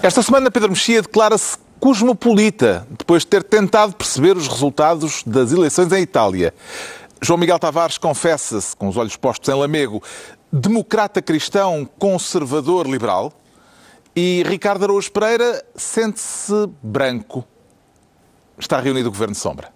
Esta semana, Pedro Mexia declara-se cosmopolita, depois de ter tentado perceber os resultados das eleições em Itália. João Miguel Tavares confessa-se, com os olhos postos em Lamego, democrata cristão, conservador liberal. E Ricardo Araújo Pereira sente-se branco. Está reunido o Governo de Sombra.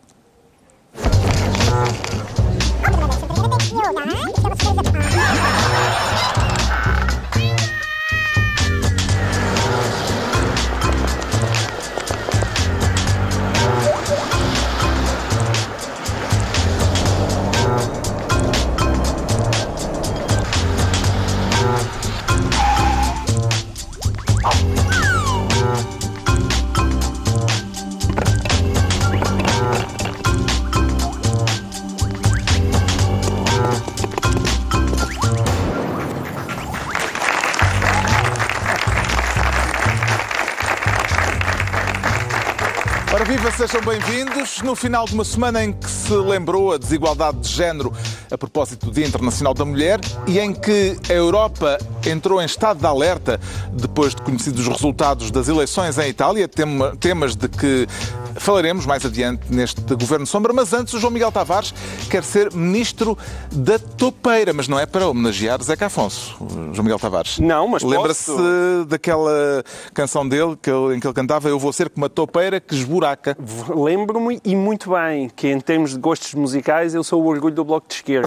Ora viva, sejam bem-vindos. No final de uma semana em que se lembrou a desigualdade de género a propósito do Dia Internacional da Mulher e em que a Europa entrou em estado de alerta depois de conhecidos os resultados das eleições em Itália, temas de que falaremos mais adiante neste Governo Sombra, mas antes o João Miguel Tavares quer ser Ministro da Toupeira, mas não é para homenagear Zeca Afonso, João Miguel Tavares. Não, mas lembra-se daquela canção dele em que ele cantava "Eu vou ser como a toupeira que esburaca"? Lembro-me, e muito bem, que em termos de gostos musicais eu sou o orgulho do Bloco de Esquerda.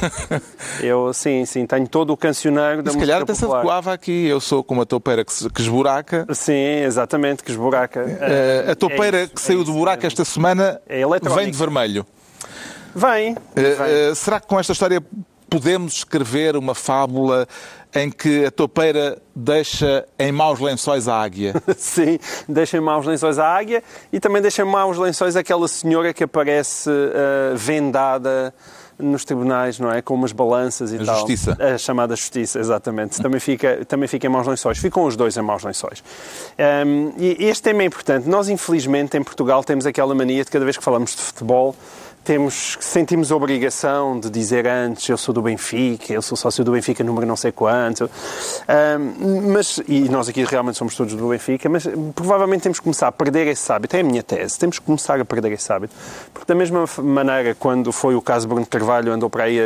Eu, sim, tenho todo o cancioneiro da música popular. Se calhar até se adequava aqui, eu sou como a toupeira que esburaca. Sim, exatamente, que esburaca. A toupeira que saiu do buraco esta semana vem de vermelho. Vem. Será que com esta história podemos escrever uma fábula em que a toupeira deixa em maus lençóis a águia? Sim, deixa em maus lençóis a águia e também deixa em maus lençóis aquela senhora que aparece vendada nos tribunais, não é? Com umas balanças e tal. Justiça. A chamada justiça, exatamente. Também fica em maus lençóis. Ficam os dois em maus lençóis. E este tema é importante. Nós, infelizmente, em Portugal, temos aquela mania de cada vez que falamos de futebol, sentimos a obrigação de dizer antes eu sou do Benfica, eu sou sócio do Benfica número não sei quanto, e nós aqui realmente somos todos do Benfica, mas provavelmente temos que começar a perder esse hábito, é a minha tese, temos que começar a perder esse hábito, porque da mesma maneira quando foi o caso Bruno Carvalho andou para aí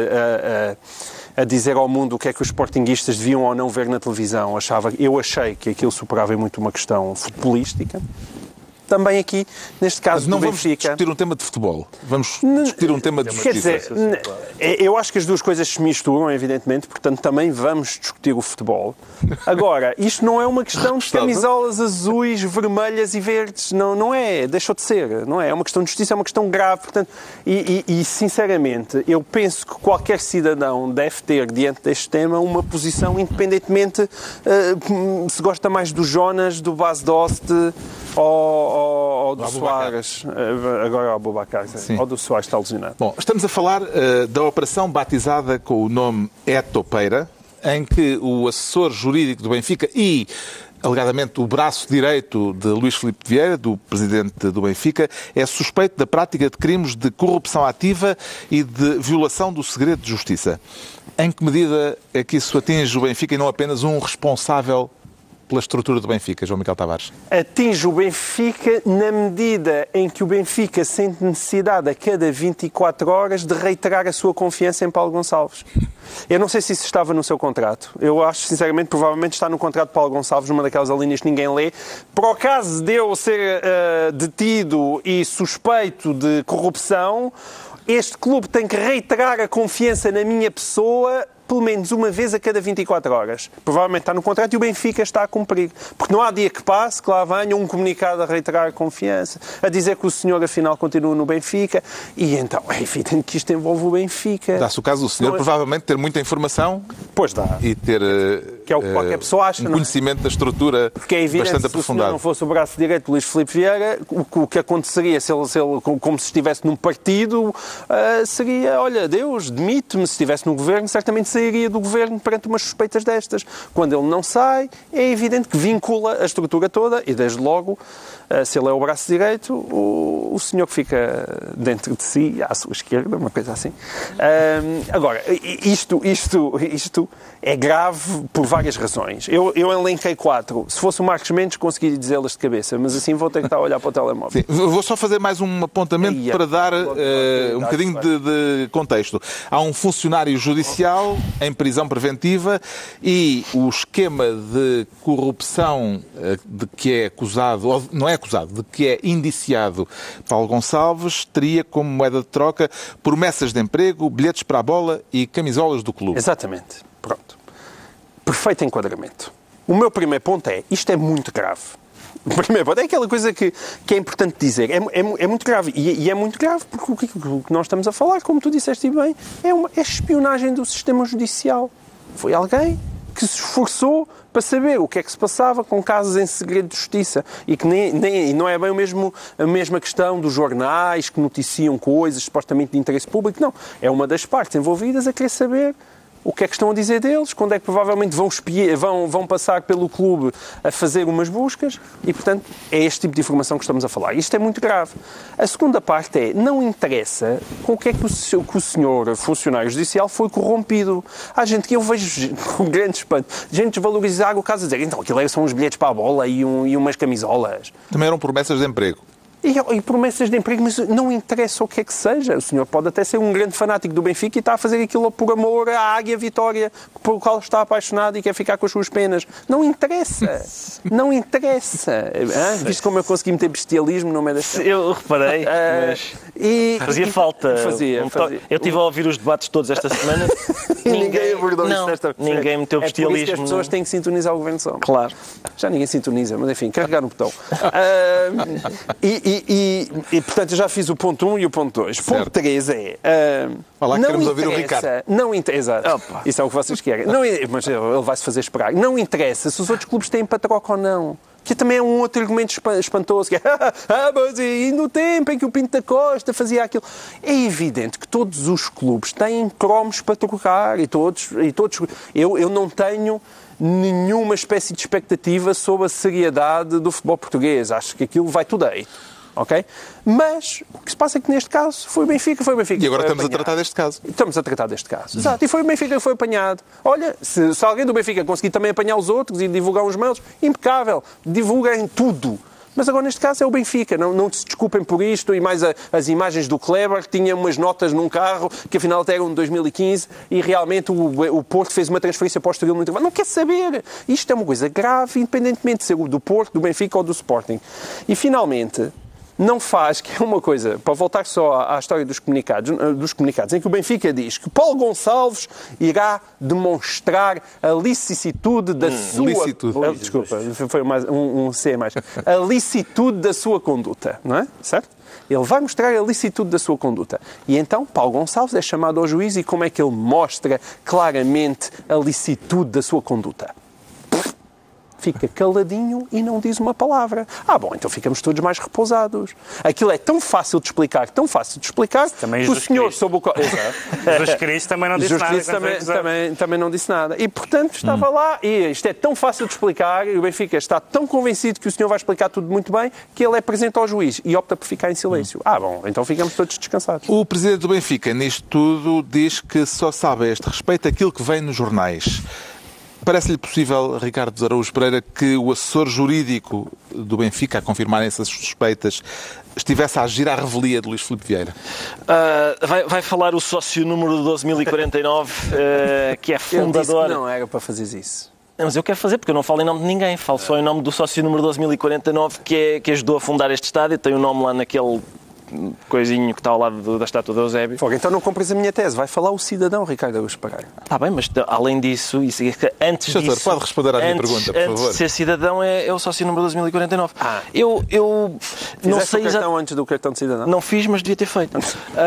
a dizer ao mundo o que é que os sportinguistas deviam ou não ver na televisão, eu achei que aquilo superava muito uma questão futebolística. Também aqui, neste caso do Benfica. Mas não vamos discutir um tema de futebol. Vamos discutir um tema de justiça. Quer dizer, eu acho que as duas coisas se misturam, evidentemente, portanto também vamos discutir o futebol. Agora, isto não é uma questão de camisolas azuis, vermelhas e verdes. Não é. Deixou de ser. Não é. É uma questão de justiça, é uma questão grave. Portanto, e sinceramente, eu penso que qualquer cidadão deve ter, diante deste tema, uma posição independentemente se gosta mais do Jonas, do Bas Dost ou do Soares, agora ao Bubacar, ou do Soares, está lesionado. Bom, estamos a falar da operação batizada com o nome É Toupeira, em que o assessor jurídico do Benfica e, alegadamente, o braço direito de Luís Filipe Vieira, do presidente do Benfica, é suspeito da prática de crimes de corrupção ativa e de violação do segredo de justiça. Em que medida é que isso atinge o Benfica e não apenas um responsável pela estrutura do Benfica, João Miguel Tavares? Atinge o Benfica na medida em que o Benfica sente necessidade a cada 24 horas de reiterar a sua confiança em Paulo Gonçalves. Eu não sei se isso estava no seu contrato. Eu acho, sinceramente, provavelmente está no contrato de Paulo Gonçalves, numa daquelas alíneas que ninguém lê. Para o caso de eu ser detido e suspeito de corrupção, este clube tem que reiterar a confiança na minha pessoa pelo menos uma vez a cada 24 horas. Provavelmente está no contrato e o Benfica está a cumprir. Porque não há dia que passe que lá venha um comunicado a reiterar a confiança, a dizer que o senhor afinal continua no Benfica, e então é evidente que isto envolve o Benfica. Dá-se o caso do senhor provavelmente ter muita informação. Pois dá. E ter que é o que qualquer pessoa acha, um conhecimento da estrutura porque é evidente, bastante aprofundado. Se o senhor não fosse o braço direito de Luís Filipe Vieira, o que aconteceria se ele, como se estivesse num partido, seria, olha, Deus, demite-me. Se estivesse no governo, certamente sairia do governo perante umas suspeitas destas. Quando ele não sai, é evidente que vincula a estrutura toda e, desde logo, se ele é o braço direito, o senhor que fica dentro de si, à sua esquerda, uma coisa assim. Agora, isto é grave por várias várias razões. Eu elenquei 4. Se fosse o Marcos Mendes, conseguiria dizê-las de cabeça, mas assim vou ter que estar a olhar para o telemóvel. Sim. Vou só fazer mais um apontamento para dar um bocadinho de contexto. Há um funcionário judicial em prisão preventiva e o esquema de corrupção de que é acusado, ou não é acusado, de que é indiciado Paulo Gonçalves, teria como moeda de troca promessas de emprego, bilhetes para a bola e camisolas do clube. Exatamente. Pronto. Perfeito enquadramento. O meu primeiro ponto é, isto é muito grave. O primeiro ponto é aquela coisa que é importante dizer. É muito grave. E é muito grave porque o que nós estamos a falar, como tu disseste bem, é espionagem do sistema judicial. Foi alguém que se esforçou para saber o que é que se passava com casos em segredo de justiça. E que não é bem a mesma questão dos jornais que noticiam coisas supostamente de interesse público. Não. É uma das partes envolvidas a querer saber o que é que estão a dizer deles, quando é que provavelmente vão passar pelo clube a fazer umas buscas e, portanto, é este tipo de informação que estamos a falar. Isto é muito grave. A segunda parte é, não interessa com o que é que o senhor funcionário judicial foi corrompido. Há gente que eu vejo com grande espanto, gente desvalorizar o caso a dizer, então, aquilo são uns bilhetes para a bola e umas camisolas. Também eram promessas de emprego. E promessas de emprego, mas não interessa o que é que seja. O senhor pode até ser um grande fanático do Benfica e está a fazer aquilo por amor à Águia Vitória, por qual está apaixonado e quer ficar com as suas penas. Não interessa. Não interessa. Viste como eu consegui meter bestialismo no meio das... Eu reparei, mas fazia falta. Fazia. Eu estive a ouvir os debates todos esta semana. E ninguém abordou isto desta vez. Ninguém meteu bestialismo. É por isso que as pessoas têm que sintonizar o Governo de Sombra. Claro. Já ninguém sintoniza, mas enfim, carregar no botão. E, portanto, eu já fiz o ponto 1 e o ponto 2. Ponto 3 é... Olá, queremos ouvir o Ricardo. Exato. Opa. Isso é o que vocês querem. Mas ele vai-se fazer esperar. Não interessa se os outros clubes têm para troca ou não. Que também é um outro argumento espantoso. Que é, mas e no tempo em que o Pinto da Costa fazia aquilo? É evidente que todos os clubes têm cromos para trocar. E todos eu não tenho nenhuma espécie de expectativa sobre a seriedade do futebol português. Acho que aquilo vai tudo aí. Ok? Mas o que se passa é que neste caso foi o Benfica. E agora estamos a tratar deste caso. Estamos a tratar deste caso. Exato. E foi o Benfica que foi apanhado. Olha, se alguém do Benfica conseguir também apanhar os outros e divulgar uns mails, impecável. Divulguem tudo. Mas agora, neste caso, é o Benfica. Não se desculpem por isto e mais as imagens do Kleber, que tinha umas notas num carro, que afinal até eram de 2015, e realmente o Porto fez uma transferência para o Estoril no intervalo. Não quer saber. Isto é uma coisa grave, independentemente de ser do Porto, do Benfica ou do Sporting. E, finalmente... não faz, que é uma coisa, para voltar só à história dos comunicados, em que o Benfica diz que Paulo Gonçalves irá demonstrar a licitude da sua... Desculpa, foi mais um C a mais. A licitude da sua conduta, não é? Certo? Ele vai mostrar a licitude da sua conduta. E então Paulo Gonçalves é chamado ao juiz e como é que ele mostra claramente a licitude da sua conduta? Fica caladinho e não diz uma palavra. Bom, então ficamos todos mais repousados. Aquilo é tão fácil de explicar, também que o senhor sob o qual... Jesus Cristo também não disse nada. Também não disse nada. E, portanto, estava lá, e isto é tão fácil de explicar, e o Benfica está tão convencido que o senhor vai explicar tudo muito bem, que ele é presente ao juiz e opta por ficar em silêncio. Bom, então ficamos todos descansados. O presidente do Benfica, nisto tudo, diz que só sabe a este respeito aquilo que vem nos jornais. Parece-lhe possível, Ricardo Araújo Pereira, que o assessor jurídico do Benfica, a confirmar essas suspeitas, estivesse a agir à revelia de Luís Filipe Vieira? Vai falar o sócio número 12.049, que é fundador... Ele disse que não era para fazer isso. Mas eu quero fazer, porque eu não falo em nome de ninguém. Falo só em nome do sócio número 12.049, que ajudou a fundar este estádio. Tem o nome lá naquele... coisinho que está ao lado da estátua de Eusébio. Então não compres a minha tese. Vai falar o cidadão Ricardo Araújo Pereira. Está bem, mas além disso, antes Doutor, disso... pode responder à minha pergunta, por favor. Antes de ser cidadão é o sócio número 12.049. Eu não sei exatamente... antes do cartão de cidadão? Não fiz, mas devia ter feito.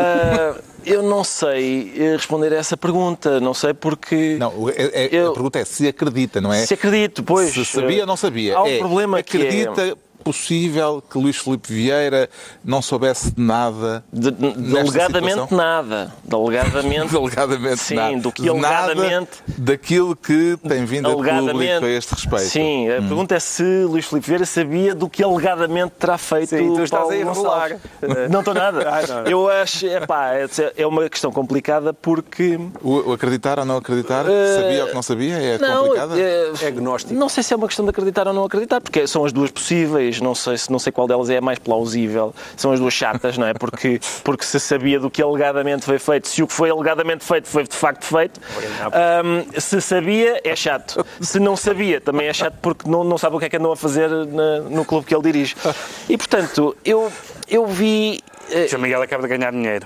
Eu não sei responder a essa pergunta. Não sei porque... Não, a pergunta é se acredita, não é? Se acredito, pois. Se sabia ou não sabia. Há um problema acredita... possível que Luís Filipe Vieira não soubesse de nada? Alegadamente nada. Alegadamente sim, nada. do que alegadamente... daquilo que tem vindo a público a este respeito. Sim, a pergunta é se Luís Filipe Vieira sabia do que alegadamente terá feito. Sim, tu estás Paulo a enrolar. Gonçalves. Não estou nada. Eu acho, é uma questão complicada porque... O acreditar ou não acreditar? Sabia ou que não sabia? É complicado? É agnóstico. Não sei se é uma questão de acreditar ou não acreditar, porque são as duas possíveis, não sei qual delas é a mais plausível. São as duas chatas, não é? Porque se sabia do que alegadamente foi feito, se o que foi alegadamente feito foi de facto feito, se sabia, é chato. Se não sabia, também é chato porque não sabe o que é que andam a fazer no clube que ele dirige. E, portanto, eu vi... O João Miguel acaba de ganhar dinheiro.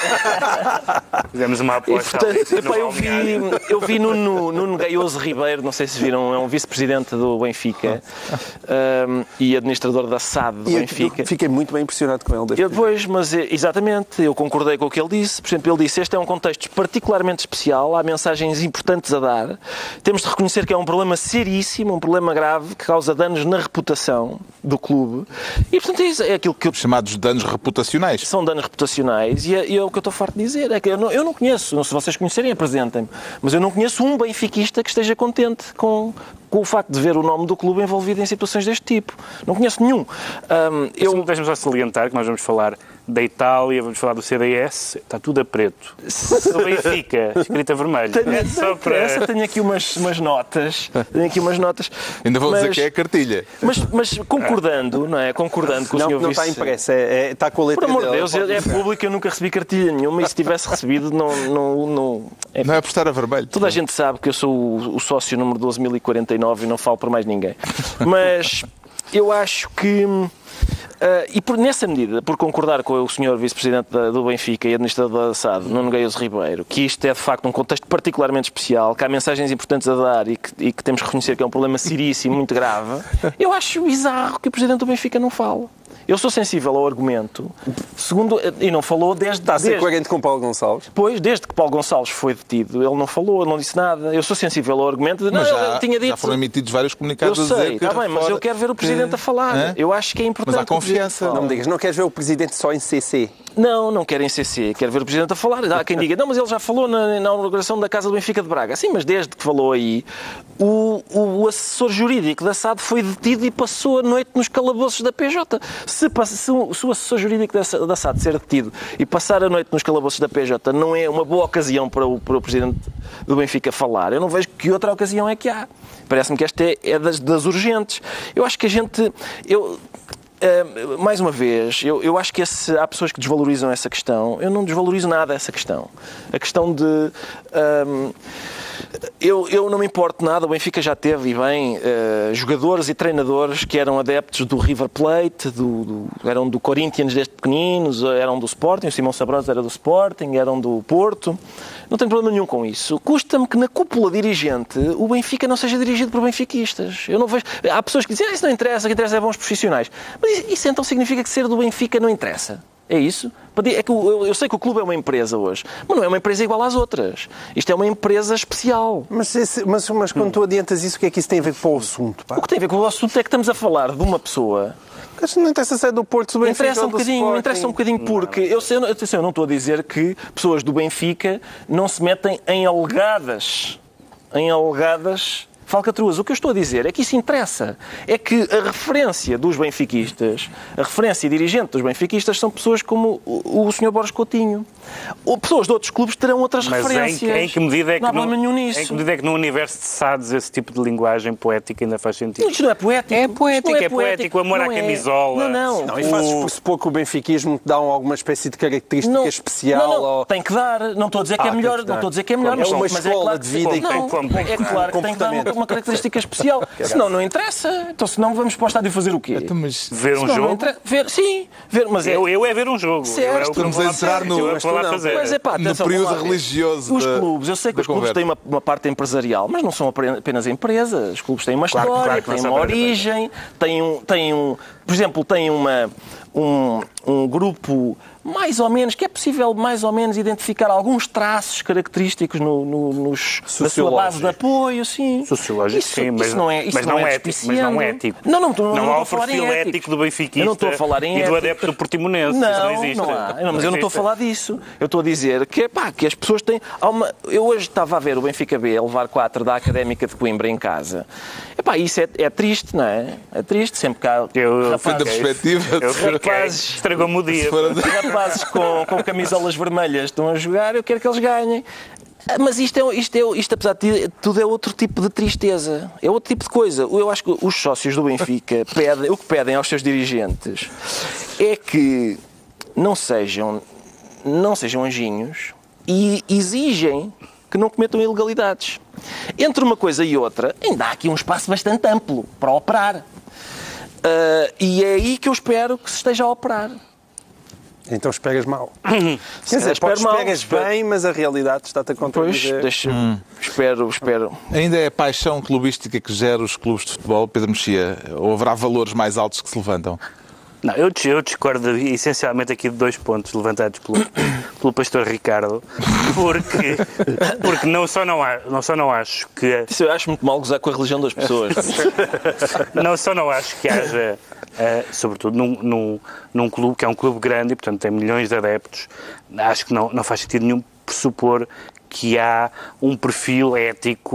Fizemos uma aposta. Eu vi Nuno Gaioso Ribeiro, não sei se viram, é um vice-presidente do Benfica e administrador da SAD do Benfica. Eu fiquei muito bem impressionado com ele. Exatamente, eu concordei com o que ele disse. Por exemplo, ele disse: este é um contexto particularmente especial, há mensagens importantes a dar. Temos de reconhecer que é um problema seríssimo, um problema grave, que causa danos na reputação do clube. E, portanto, é aquilo que... Chamados danos reputacionais. São danos reputacionais e é o que eu estou farto de dizer. É que eu não conheço, se vocês conhecerem, apresentem-me, mas eu não conheço um benfiquista que esteja contente com o facto de ver o nome do clube envolvido em situações deste tipo. Não conheço nenhum. Deixa-me só salientar que nós vamos falar da Itália, vamos falar do CDS, está tudo a preto. O Benfica, escrita vermelha. Tenho aqui umas notas. Ainda vou dizer que é a cartilha. Mas concordando, não é? Concordando com o senhor Não está impressa, está com a letra dele. Por amor de Deus, é público, eu nunca recebi cartilha nenhuma e se tivesse recebido, não... Não é por estar a vermelho. Toda a gente sabe que eu sou o sócio número 12.049 e não falo por mais ninguém. Mas eu acho que... nessa medida, por concordar com o senhor vice-presidente do Benfica e administrador da SAD, Nuno Gaioso Ribeiro, que isto é de facto um contexto particularmente especial, que há mensagens importantes a dar e que temos que reconhecer que é um problema seríssimo, muito grave, eu acho bizarro que o presidente do Benfica não fale. Eu sou sensível ao argumento, e não falou desde... Está a ser coerente com Paulo Gonçalves? Pois, desde que Paulo Gonçalves foi detido, ele não falou, ele não disse nada. Eu sou sensível ao argumento de... Mas já foram emitidos vários comunicados a dizer que... Está bem, mas eu quero ver o Presidente a falar. Eu acho que é importante... Mas há confiança. Não me digas, não queres ver o Presidente só em CC? Não quero em CC. Quero ver o Presidente a falar. Há quem diga, não, mas ele já falou na inauguração da Casa do Benfica de Braga. Sim, mas desde que falou aí, o assessor jurídico da SAD foi detido e passou a noite nos calabouços da PJ. Se o assessor jurídico da SAD ser detido e passar a noite nos calabouços da PJ não é uma boa ocasião para o Presidente do Benfica falar, eu não vejo que outra ocasião é que há. Parece-me que esta é das urgentes. Eu acho que a gente... mais uma vez, eu acho que há pessoas que desvalorizam essa questão. Eu não desvalorizo nada essa questão. A questão de... Eu não me importo nada, o Benfica já teve, e bem, jogadores e treinadores que eram adeptos do River Plate, eram do Corinthians desde pequeninos, eram do Sporting, o Simão Sabrosa era do Sporting, eram do Porto. Não tenho problema nenhum com isso. Custa-me que na cúpula dirigente o Benfica não seja dirigido por benfiquistas. Eu não vejo... Há pessoas que dizem, isso não interessa, o que interessa é bons profissionais. Mas isso então significa que ser do Benfica não interessa? É isso? É que eu sei que o clube é uma empresa hoje, mas não é uma empresa igual às outras. Isto é uma empresa especial. Mas quando tu adiantas isso, o que é que isso tem a ver com o assunto? Pá? O que tem a ver com o assunto é que estamos a falar de uma pessoa... Não interessa se é do Porto, do Benfica interessa um bocadinho porque... Eu não estou a dizer que pessoas do Benfica não se metem em alegadas falcatruas. O que eu estou a dizer é que isso interessa. É que a referência dos benfiquistas, a referência dirigente dos benfiquistas são pessoas como o Sr. Borges Coutinho. Ou pessoas de outros clubes terão outras referências. Em que medida é que não há problema nenhum nisso. Em que medida é que no universo de SADs esse tipo de linguagem poética ainda faz sentido? Isto não é poético. É poético. O amor à camisola. Não. E fazes pressupor que o benfiquismo te dá alguma espécie de característica especial? Não. Tem que dar. Não estou a dizer que é melhor. Não estou a dizer que é melhor. É uma mas escola de vida e é claro que tem que dar uma característica especial. Senão não interessa. Então senão vamos para o estádio fazer o quê? Ver um jogo? Sim. Mas eu é ver um jogo. Certo. Estamos a entrar no período religioso. Os clubes, eu sei que os clubes têm uma parte empresarial, mas não são apenas empresas. Os clubes têm uma história, têm uma origem, têm por exemplo, têm um grupo mais ou menos, que é possível mais ou menos identificar alguns traços característicos na sua base de apoio, sim. Sociológico, sim, mas não é ético. Não há o perfil ético do benfiquista eu não estou a falar em e do adepto do Portimonense. Não existe. Mas eu não estou a falar disso. Eu estou a dizer que as pessoas têm... Eu hoje estava a ver o Benfica B a levar 4 da Académica de Coimbra em casa. Isso é triste, não é? É triste, sempre que há rapazes... Estragou-me o dia. Rapazes com camisolas vermelhas estão a jogar, eu quero que eles ganhem. Mas isto, apesar de tudo, é outro tipo de tristeza. É outro tipo de coisa. Eu acho que os sócios do Benfica o que pedem aos seus dirigentes é que não sejam anjinhos e exigem que não cometam ilegalidades. Entre uma coisa e outra, ainda há aqui um espaço bastante amplo para operar. E é aí que eu espero que se esteja a operar. Então esperas mal. Quer dizer, esperas bem, mas a realidade está-te a contradizer. Espero. Ainda é a paixão clubística que gera os clubes de futebol, Pedro Mexia? Ou haverá valores mais altos que se levantam? Não, eu discordo essencialmente aqui de 2 pontos levantados pelo pastor Ricardo, porque não só não acho que... Isso eu acho muito mal gozar com a religião das pessoas. Não só não acho que haja, sobretudo num clube que é um clube grande e, portanto, tem milhões de adeptos, acho que não faz sentido nenhum pressupor que há um perfil ético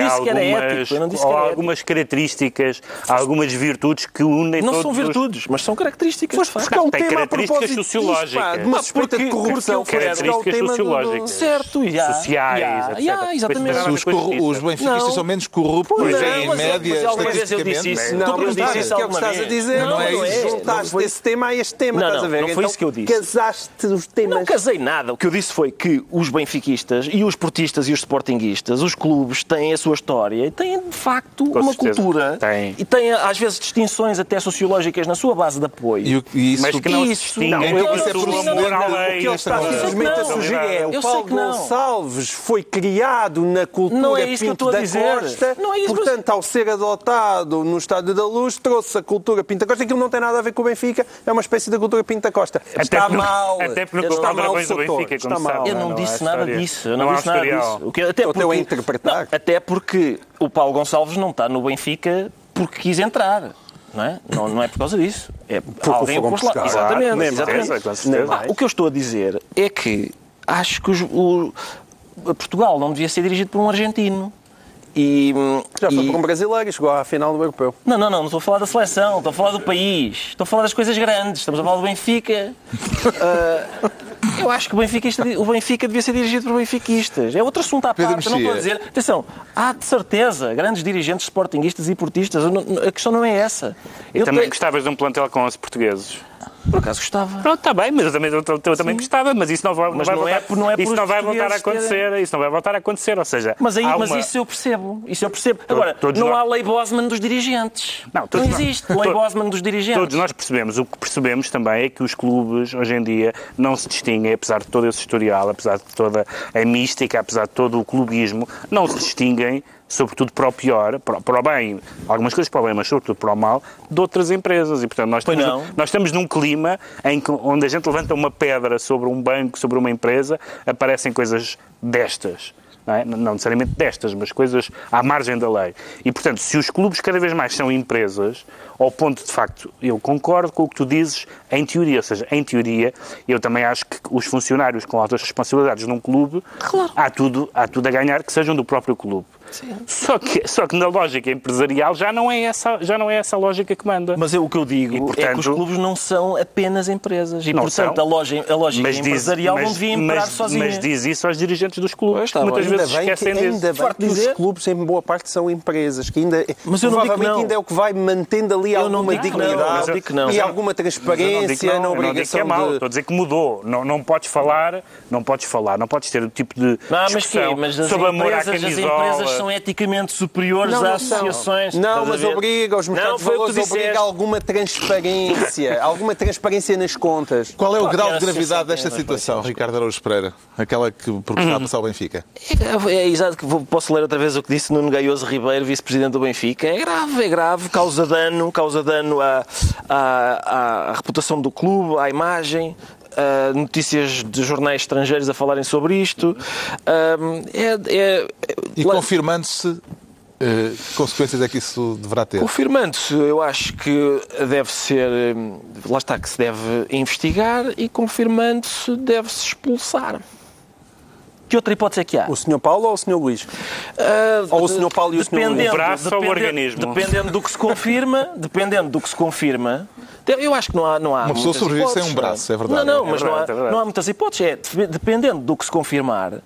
ou algumas características, algumas virtudes que unem não todos. Não são virtudes, mas são características. Mas porque é um tem tema características sociológicas. De uma suspeita de corrupção. Características sociológicas. Certo, sociais, etc. Exatamente. Os benfiquistas são menos corruptos em média, estatisticamente. Não, eu disse isso que é o que estás a dizer. Não é isso. Juntaste esse tema a este tema, estás a ver? Não foi isso que eu disse. Casaste os temas. Não casei nada. O que eu disse foi que os benfiquistas e os portistas e os sportinguistas, os clubes têm a sua história e têm, de facto, uma cultura. E têm, às vezes, distinções até sociológicas na sua base de apoio. Mas que não se distinguem pelo amor à lei. O que ele está simplesmente a sugerir é o Paulo Gonçalves foi criado na cultura Pinto da Costa, portanto, ao ser adotado no Estádio da Luz, trouxe a cultura Pinto da Costa. Aquilo não tem nada a ver com o Benfica, é uma espécie da cultura Pinto da Costa. Está mal. Até porque não está mal do Benfica, como sabe. Eu não disse nada disso. Até interpretar. Até porque o Paulo Gonçalves não está no Benfica porque quis entrar. Não é? Não é por causa disso. É alguém pôs lá. Exatamente. O que eu estou a dizer é que acho que Portugal não devia ser dirigido por um argentino. Já foi por um brasileiro e chegou à final do Europeu. Não estou a falar da seleção, estou a falar do país, estou a falar das coisas grandes, estamos a falar do Benfica. Eu acho que o Benfica devia ser dirigido por benfiquistas. É outro assunto à parte, eu não estou a dizer. Atenção, há de certeza grandes dirigentes sportinguistas e portistas, a questão não é essa. Também gostavas de um plantel com 11 portugueses? Por acaso gostava. Pronto, está bem, mas eu também gostava, mas isso não vai voltar a acontecer. Isso não vai voltar a acontecer, ou seja... Mas isso eu percebo. Agora, não há lei Bosman dos dirigentes. Não existe lei Bosman dos dirigentes. Todos nós percebemos. O que percebemos também é que os clubes, hoje em dia, não se distinguem, apesar de todo esse historial, apesar de toda a mística, apesar de todo o clubismo, não se distinguem, sobretudo para o pior, para o bem, algumas coisas para o bem, mas sobretudo para o mal, de outras empresas. E, portanto, nós estamos num clima onde a gente levanta uma pedra sobre um banco, sobre uma empresa, aparecem coisas destas. Não necessariamente destas, mas coisas à margem da lei. E, portanto, se os clubes cada vez mais são empresas, ao ponto, de facto, eu concordo com o que tu dizes em teoria, ou seja, em teoria, eu também acho que os funcionários com altas responsabilidades num clube, claro, há tudo a ganhar que sejam do próprio clube. Sim. Só que na lógica empresarial já não é essa lógica que manda. Mas o que eu digo é que os clubes não são apenas empresas. E, portanto, a lógica empresarial não devia imperar sozinha. Mas diz isso aos dirigentes dos clubes, que muitas vezes esquecem disso. Ainda bem que os clubes, em boa parte, são empresas, que provavelmente ainda é o que vai mantendo ali alguma dignidade e alguma transparência na obrigação de... Não, estou a dizer que mudou. Não podes ter o tipo de discussão sobre amor à camisola. são eticamente superiores às associações. Não, mas obriga os mercados de valores, obriga alguma transparência nas contas. Qual é o grau de gravidade desta situação, Ricardo Araújo Pereira? Aquela que está a passar ao Benfica. É exato, que posso ler outra vez o que disse Nuno Gaioso Ribeiro, vice-presidente do Benfica. É grave, causa dano à reputação do clube, à imagem. Notícias de jornais estrangeiros a falarem sobre isto. Confirmando-se, que consequências é que isso deverá ter? Confirmando-se, eu acho que deve ser... Lá está, que se deve investigar e confirmando-se, deve-se expulsar. Que outra hipótese é que há? O Sr. Paulo ou o Sr. Luís? Ou o Sr. Paulo e o Sr. Luís? O braço ou o organismo? Dependendo do que se confirma, eu acho que não há uma pessoa sobrevive sem um braço, é verdade. Não há muitas hipóteses. Dependendo do que se confirmar,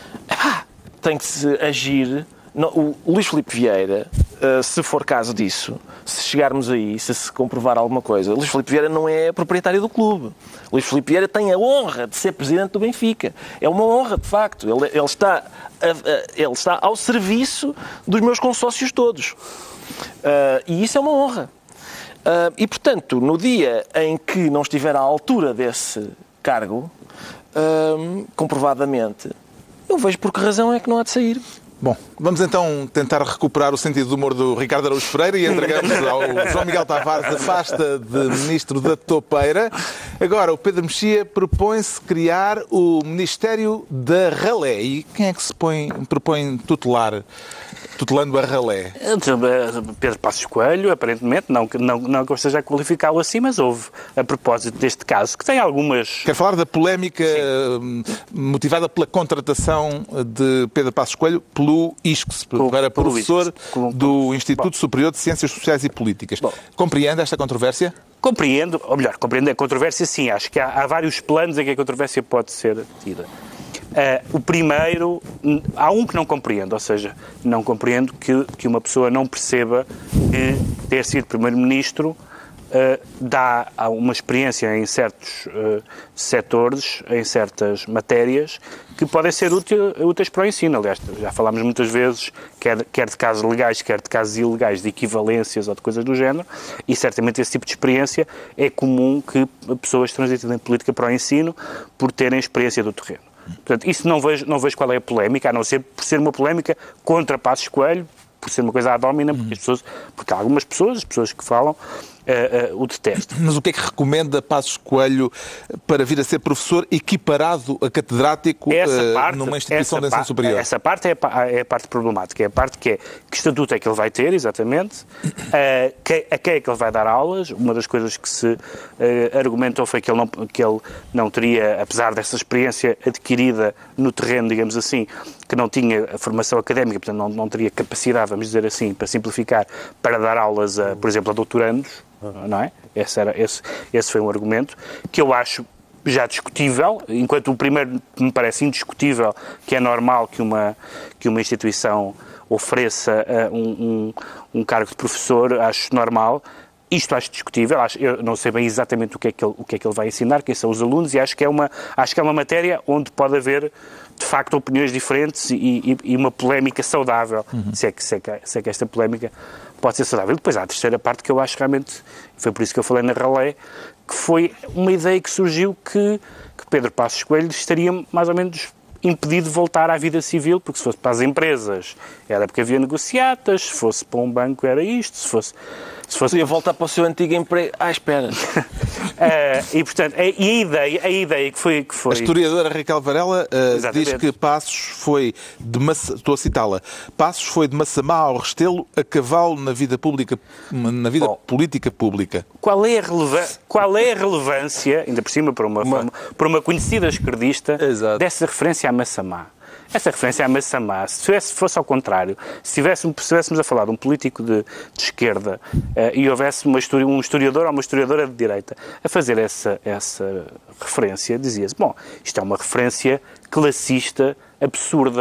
tem que se agir. O Luís Filipe Vieira, se for caso disso, se chegarmos aí, se comprovar alguma coisa, Luís Filipe Vieira não é proprietário do clube. Luís Filipe Vieira tem a honra de ser presidente do Benfica. É uma honra, de facto. Ele está ao serviço dos meus consócios todos. E isso é uma honra. E, portanto, no dia em que não estiver à altura desse cargo, comprovadamente, eu vejo por que razão é que não há de sair. Bom, vamos então tentar recuperar o sentido do humor do Ricardo Araújo Pereira e entregamos ao João Miguel Tavares a pasta de Ministro da Toupeira. Agora, o Pedro Mexia propõe-se criar o Ministério da Ralé. E quem é que se propõe tutelando a Ralé? Pedro Passos Coelho, aparentemente, não que eu esteja a qualificá-lo assim, mas houve, a propósito deste caso, que tem algumas... Quer falar da polémica motivada pela contratação de Pedro Passos Coelho pelo ISCS, para professor do Instituto Superior de Ciências Sociais e Políticas. Compreende esta controvérsia? Compreendo, ou melhor, compreendo a controvérsia, sim. Acho que há vários planos em que a controvérsia pode ser tida. O primeiro, há um que não compreendo, ou seja, não compreendo que uma pessoa não perceba que ter sido Primeiro-Ministro dá uma experiência em certos setores, em certas matérias, que podem ser úteis para o ensino. Aliás, já falámos muitas vezes, quer de casos legais, quer de casos ilegais, de equivalências ou de coisas do género, e certamente esse tipo de experiência é comum que pessoas transitem da política para o ensino por terem experiência do terreno. Portanto, isso não vejo qual é a polémica, a não ser por ser uma polémica contra Passos Coelho, por ser uma coisa ad hominem, porque há algumas pessoas, as pessoas que falam, o detestam. Mas o que é que recomenda Passos Coelho para vir a ser professor equiparado a catedrático numa instituição de ensino superior? Essa parte é a parte problemática. É a parte que estatuto é que ele vai ter, exatamente, a quem é que ele vai dar aulas. Uma das coisas que se argumentou foi que ele não teria, apesar dessa experiência adquirida no terreno, digamos assim, que não tinha a formação académica, portanto não teria capacidade, vamos dizer assim, para simplificar, para dar aulas, por exemplo, a doutorandos, não é? Esse foi um argumento que eu acho já discutível, enquanto o primeiro me parece indiscutível, que é normal que uma instituição ofereça um cargo de professor, acho normal. Isto acho discutível, eu não sei bem exatamente o que é que ele vai ensinar, quem são os alunos, e acho que é uma matéria onde pode haver, de facto, opiniões diferentes e uma polémica saudável, se é que esta polémica pode ser saudável. E depois há a terceira parte que eu acho realmente, foi por isso que eu falei na Ralé, que foi uma ideia que surgiu que Pedro Passos Coelho estaria mais ou menos impedido de voltar à vida civil, porque se fosse para as empresas era porque havia negociatas, se fosse para um banco era isto, se fosse ia voltar para o seu antigo emprego. Espera. E, portanto, a ideia que foi... A historiadora Raquel Varela diz que Passos foi estou a citá-la, Passos foi de Massamá ao Restelo a cavalo na vida política pública. Qual é a relevância, ainda por cima por uma conhecida esquerdista, dessa referência a Massamá? Essa referência a Massamá, se fosse ao contrário, se estivéssemos a falar de um político de esquerda e houvesse um historiador ou uma historiadora de direita a fazer essa referência, dizia-se, bom, isto é uma referência classista absurda,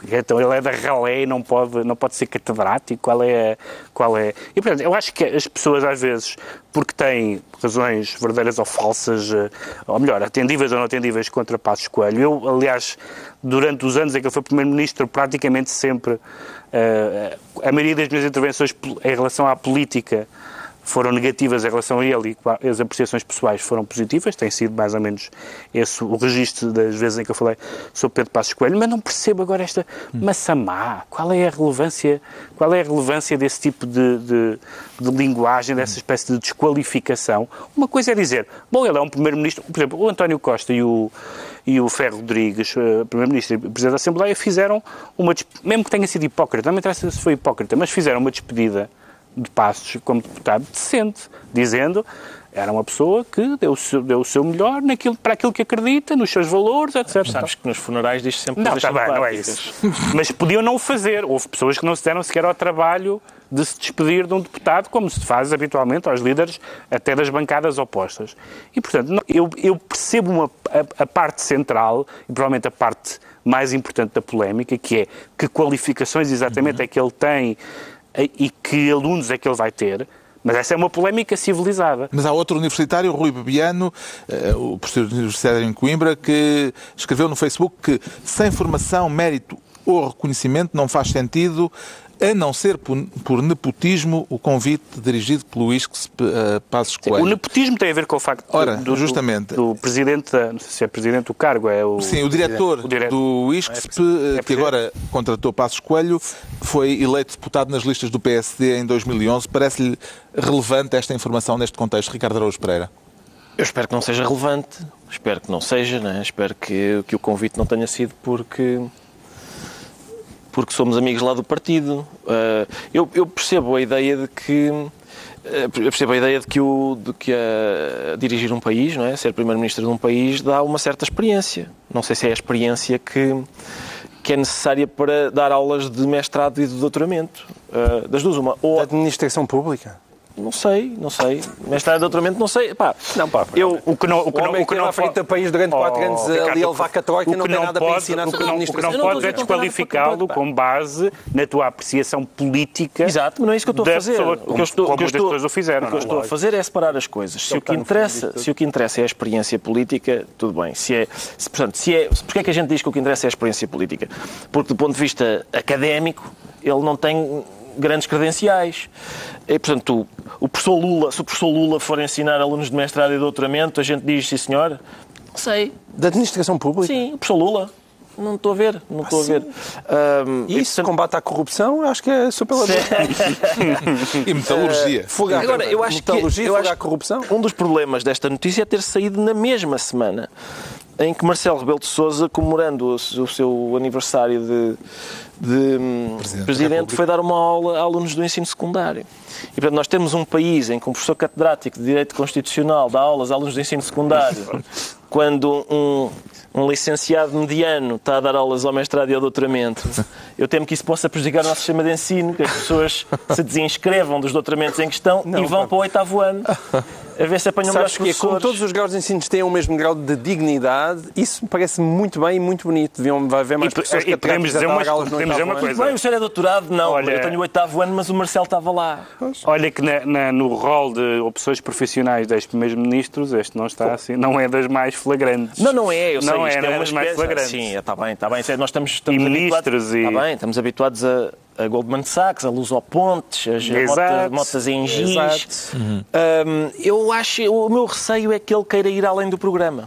Então ele é da ralé e não pode ser catedrático? Qual é? E, portanto, eu acho que as pessoas, às vezes, porque têm razões verdadeiras ou falsas, ou melhor, atendíveis ou não atendíveis contra Passos Coelho. Eu, aliás, durante os anos em que ele foi Primeiro-Ministro, praticamente sempre, a maioria das minhas intervenções em relação à política foram negativas em relação a ele e as apreciações pessoais foram positivas, tem sido mais ou menos esse o registro das vezes em que eu falei sobre Pedro Passos Coelho, mas não percebo agora esta maçamá. Qual é a relevância desse tipo de linguagem, dessa espécie de desqualificação? Uma coisa é dizer, bom, ele é um Primeiro-Ministro, por exemplo, o António Costa e o Ferro Rodrigues, Primeiro-Ministro e Presidente da Assembleia, fizeram mesmo que tenha sido hipócrita, não me interessa se foi hipócrita, mas fizeram uma despedida de Passos como deputado decente, dizendo era uma pessoa que deu o seu melhor para aquilo que acredita, nos seus valores, etc. Sabes que nos funerais diz sempre não, coisas simpáticas. Não é isso. Mas podiam não o fazer. Houve pessoas que não se deram sequer ao trabalho de se despedir de um deputado, como se faz habitualmente aos líderes até das bancadas opostas. E, portanto, eu percebo a parte central e provavelmente a parte mais importante da polémica, que é que qualificações exatamente é que ele tem e que alunos é que ele vai ter, mas essa é uma polémica civilizada. Mas há outro universitário, Rui Bebiano, o professor universitário em Coimbra, que escreveu no Facebook que sem formação, mérito ou reconhecimento não faz sentido, a não ser por nepotismo, o convite dirigido pelo ISCS Passos Coelho. O nepotismo tem a ver com o facto do presidente, não sei se é presidente do cargo, é o... Sim, o diretor do ISCS, que agora contratou Passos Coelho, foi eleito deputado nas listas do PSD em 2011. Parece-lhe relevante esta informação neste contexto, Ricardo Araújo Pereira? Eu espero que não seja relevante, espero que não seja, né? Espero que o convite não tenha sido porque somos amigos lá do partido. Eu percebo a ideia de que dirigir um país, não é? Ser primeiro-ministro de um país dá uma certa experiência. Não sei se é a experiência que é necessária para dar aulas de mestrado e de doutoramento. Das duas, uma. Ou da administração pública. Não sei. Mestrado e doutoramento, não sei. O que não à frente do país durante 4 anos ali a levar com a troika não tem nada para ensinar sobre a administração. O que não pode é desqualificá-lo com base na tua apreciação política. Exato, mas não é isso que eu estou a fazer. O que as pessoas o fizeram. O que eu estou a fazer é separar as coisas. Se o que interessa é a experiência política, tudo bem. Porquê é que a gente diz que o que interessa é a experiência política? Porque do ponto de vista académico, ele não tem grandes credenciais. E, portanto, se o professor Lula for ensinar alunos de mestrado e doutoramento, a gente diz, sim senhor, sei. Da administração pública? Sim, o professor Lula. Não estou a ver. Isso, combate à corrupção, acho que é super E metalurgia. Agora, eu acho que a corrupção. Um dos problemas desta notícia é ter saído na mesma semana em que Marcelo Rebelo de Sousa, comemorando o seu aniversário de presidente, foi dar uma aula a alunos do ensino secundário. E, portanto, nós temos um país em que um professor catedrático de Direito Constitucional dá aulas a alunos do ensino secundário, quando um licenciado mediano está a dar aulas ao mestrado e ao doutoramento. Eu temo que isso possa prejudicar o nosso sistema de ensino, que as pessoas se desinscrevam dos doutoramentos em questão e vão para o 8º ano. A ver se apanham melhores professores. Como todos os graus de ensino têm o mesmo grau de dignidade, isso me parece muito bem e muito bonito. Vai haver mais pessoas que podemos dizer uma coisa. Bem, o senhor é doutorado? Não. Olha, eu tenho o 8º ano, mas o Marcelo estava lá. Olha que no rol de opções profissionais dos primeiros ministros, este não está assim, não é das mais flagrantes. Não é, eu sei. Não é das mais flagrantes. Sim, está bem. Nós estamos ministros Está bem, estamos habituados a Goldman Sachs, a Lusopontes, as motas em giz. Eu acho, o meu receio é que ele queira ir além do programa.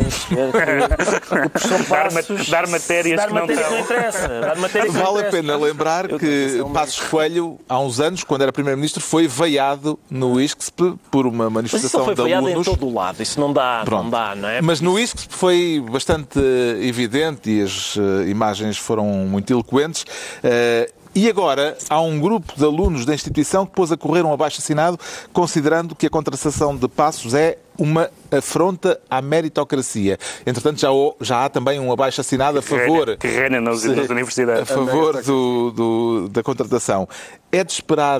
Dar matérias que não interessa. Vale a pena lembrar que Passos Coelho, há uns anos, quando era Primeiro-Ministro, foi veiado no ISCS por uma manifestação de alunos. Mas isso foi veiado em todo o lado. Isso não dá, não é? Mas no ISCS foi bastante evidente e as imagens foram muito eloquentes. E agora há um grupo de alunos da instituição que pôs a correr um abaixo-assinado considerando que a contratação de Passos é uma afronta à meritocracia. Entretanto, já há também um abaixo-assinado a favor... Que reina nas universidades. A favor da contratação. É de esperar,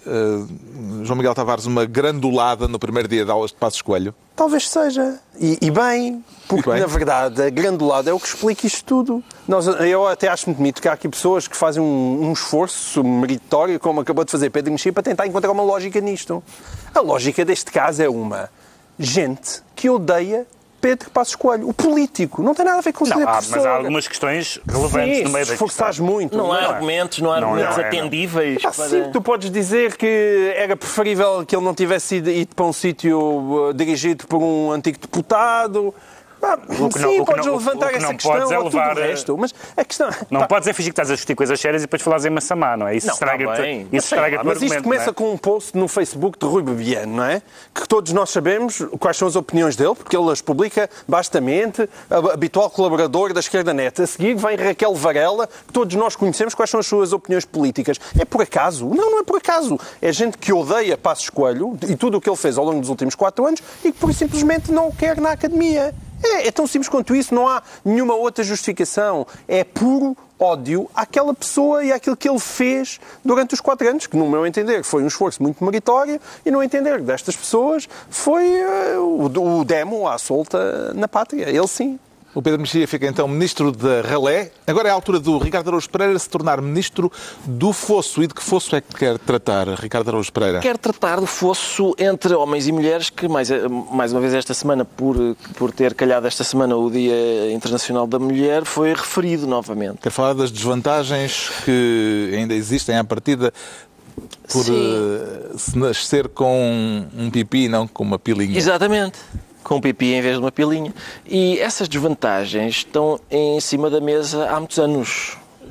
João Miguel Tavares, uma grandulada no primeiro dia de aulas de Passos Coelho? Talvez seja. E bem, porque na verdade a grandulada é o que explica isto tudo. Eu até acho muito bonito que há aqui pessoas que fazem um esforço meritório, como acabou de fazer Pedro Mexia, para tentar encontrar uma lógica nisto. A lógica deste caso é uma gente que odeia Pedro Passos Coelho, o político. Não tem nada a ver com o Mas há algumas questões relevantes no meio da esforçares muito. Não há argumentos atendíveis. Sim, tu podes dizer que era preferível que ele não tivesse ido para um sítio dirigido por um antigo deputado. Podes levantar essa questão ou tudo o resto. Mas a questão... Não podes fingir que estás a discutir coisas sérias e depois falares em Massamá, não é? Isso estraga-te o argumento. Mas isto começa com um post no Facebook de Rui Bebiano, não é? Que todos nós sabemos quais são as opiniões dele, porque ele as publica bastamente, habitual colaborador da Esquerda Net. A seguir vem Raquel Varela, que todos nós conhecemos quais são as suas opiniões políticas. É por acaso? Não é por acaso. É gente que odeia Passos Coelho e tudo o que ele fez ao longo dos últimos 4 anos e que por isso simplesmente não o quer na academia. É tão simples quanto isso, não há nenhuma outra justificação. É puro ódio àquela pessoa e àquilo que ele fez durante os 4 anos, que no meu entender foi um esforço muito meritório e no entender destas pessoas foi o demo à solta na pátria. Ele sim. O Pedro Mexia fica então ministro da Ralé. Agora é a altura do Ricardo Araújo Pereira se tornar ministro do fosso. E de que fosso é que quer tratar, Ricardo Araújo Pereira? Quer tratar do fosso entre homens e mulheres, que mais uma vez esta semana, por ter calhado esta semana o Dia Internacional da Mulher, foi referido novamente. Quer falar das desvantagens que ainda existem à partida por se nascer com um pipi e não com uma pilinha. Exatamente. Com um pipi em vez de uma pilinha. E essas desvantagens estão em cima da mesa há muitos anos.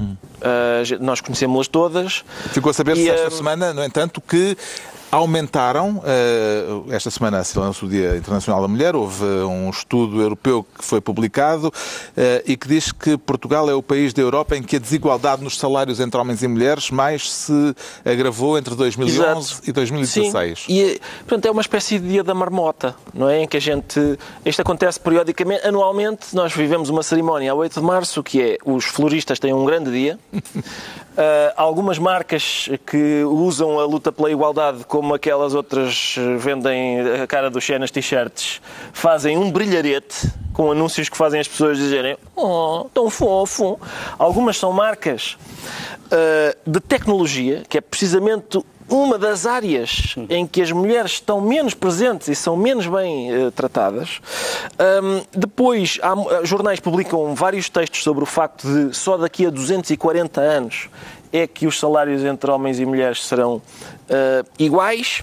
Nós conhecemos-las todas. Ficou a saber-se esta semana, no entanto, que aumentaram, esta semana assinalou-se o Dia Internacional da Mulher, houve um estudo europeu que foi publicado e que diz que Portugal é o país da Europa em que a desigualdade nos salários entre homens e mulheres mais se agravou entre 2011 e 2016. Sim. E, portanto, é uma espécie de dia da marmota, não é? Em que isto acontece periodicamente, anualmente. Nós vivemos uma cerimónia a 8 de março, que é os floristas têm um grande dia. Algumas marcas que usam a luta pela igualdade, como aquelas outras vendem a cara do Xé nas t-shirts, fazem um brilharete com anúncios que fazem as pessoas dizerem "Oh, tão fofo". Algumas são marcas de tecnologia, que é precisamente uma das áreas em que as mulheres estão menos presentes e são menos bem tratadas. Depois, jornais publicam vários textos sobre o facto de só daqui a 240 anos é que os salários entre homens e mulheres serão iguais.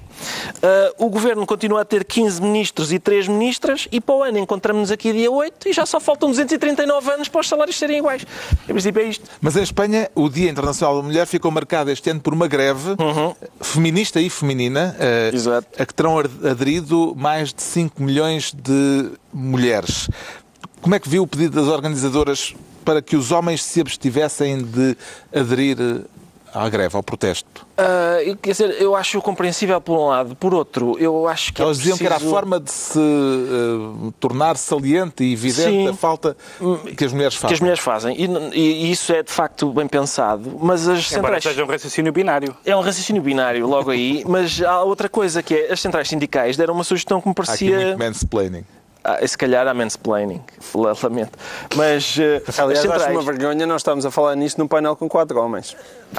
O Governo continua a ter 15 ministros e 3 ministras e para o ano encontramos-nos aqui dia 8 e já só faltam 239 anos para os salários serem iguais. Em princípio é isto. Mas em Espanha, o Dia Internacional da Mulher ficou marcado este ano por uma greve feminista e feminina a que terão aderido mais de 5 milhões de mulheres. Como é que viu o pedido das organizadoras para que os homens se abstivessem de aderir à greve, ao protesto? Quer dizer, eu acho compreensível por um lado. Por outro, eu acho que elas diziam que era a forma de se tornar saliente e evidente a falta que as mulheres fazem. Que as mulheres fazem. E isso é, de facto, bem pensado. Mas as Embora centrais... seja um raciocínio binário. É um raciocínio binário, logo aí. Mas há outra coisa, que é as centrais sindicais deram uma sugestão que me parecia... Há aqui muito mansplaining. Se calhar há mansplaining, lamento. Mas, aliás, centrais... acho uma vergonha nós estamos a falar nisto num painel com 4 homens.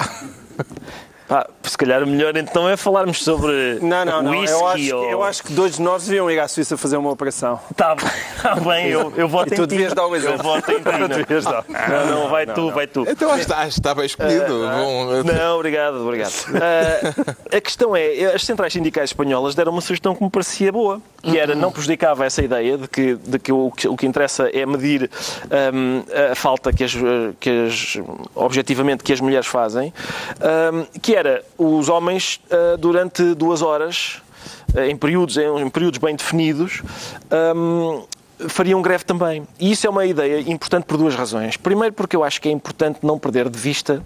Se calhar o melhor então é falarmos sobre whisky. Eu acho que 2 de nós deviam ir à Suíça fazer uma operação. Está bem, eu voto em ti. E tu devias dar o exemplo. Eu voto em ti. Não, vai tu. Então acho que está bem escolhido. Não, obrigado. A questão é, as centrais sindicais espanholas deram uma sugestão que me parecia boa, que era, não prejudicava essa ideia de que o que interessa é medir a falta objetivamente que as mulheres fazem, que era os homens durante 2 horas, em períodos bem definidos, fariam greve também. E isso é uma ideia importante por 2 razões. Primeiro, porque eu acho que é importante não perder de vista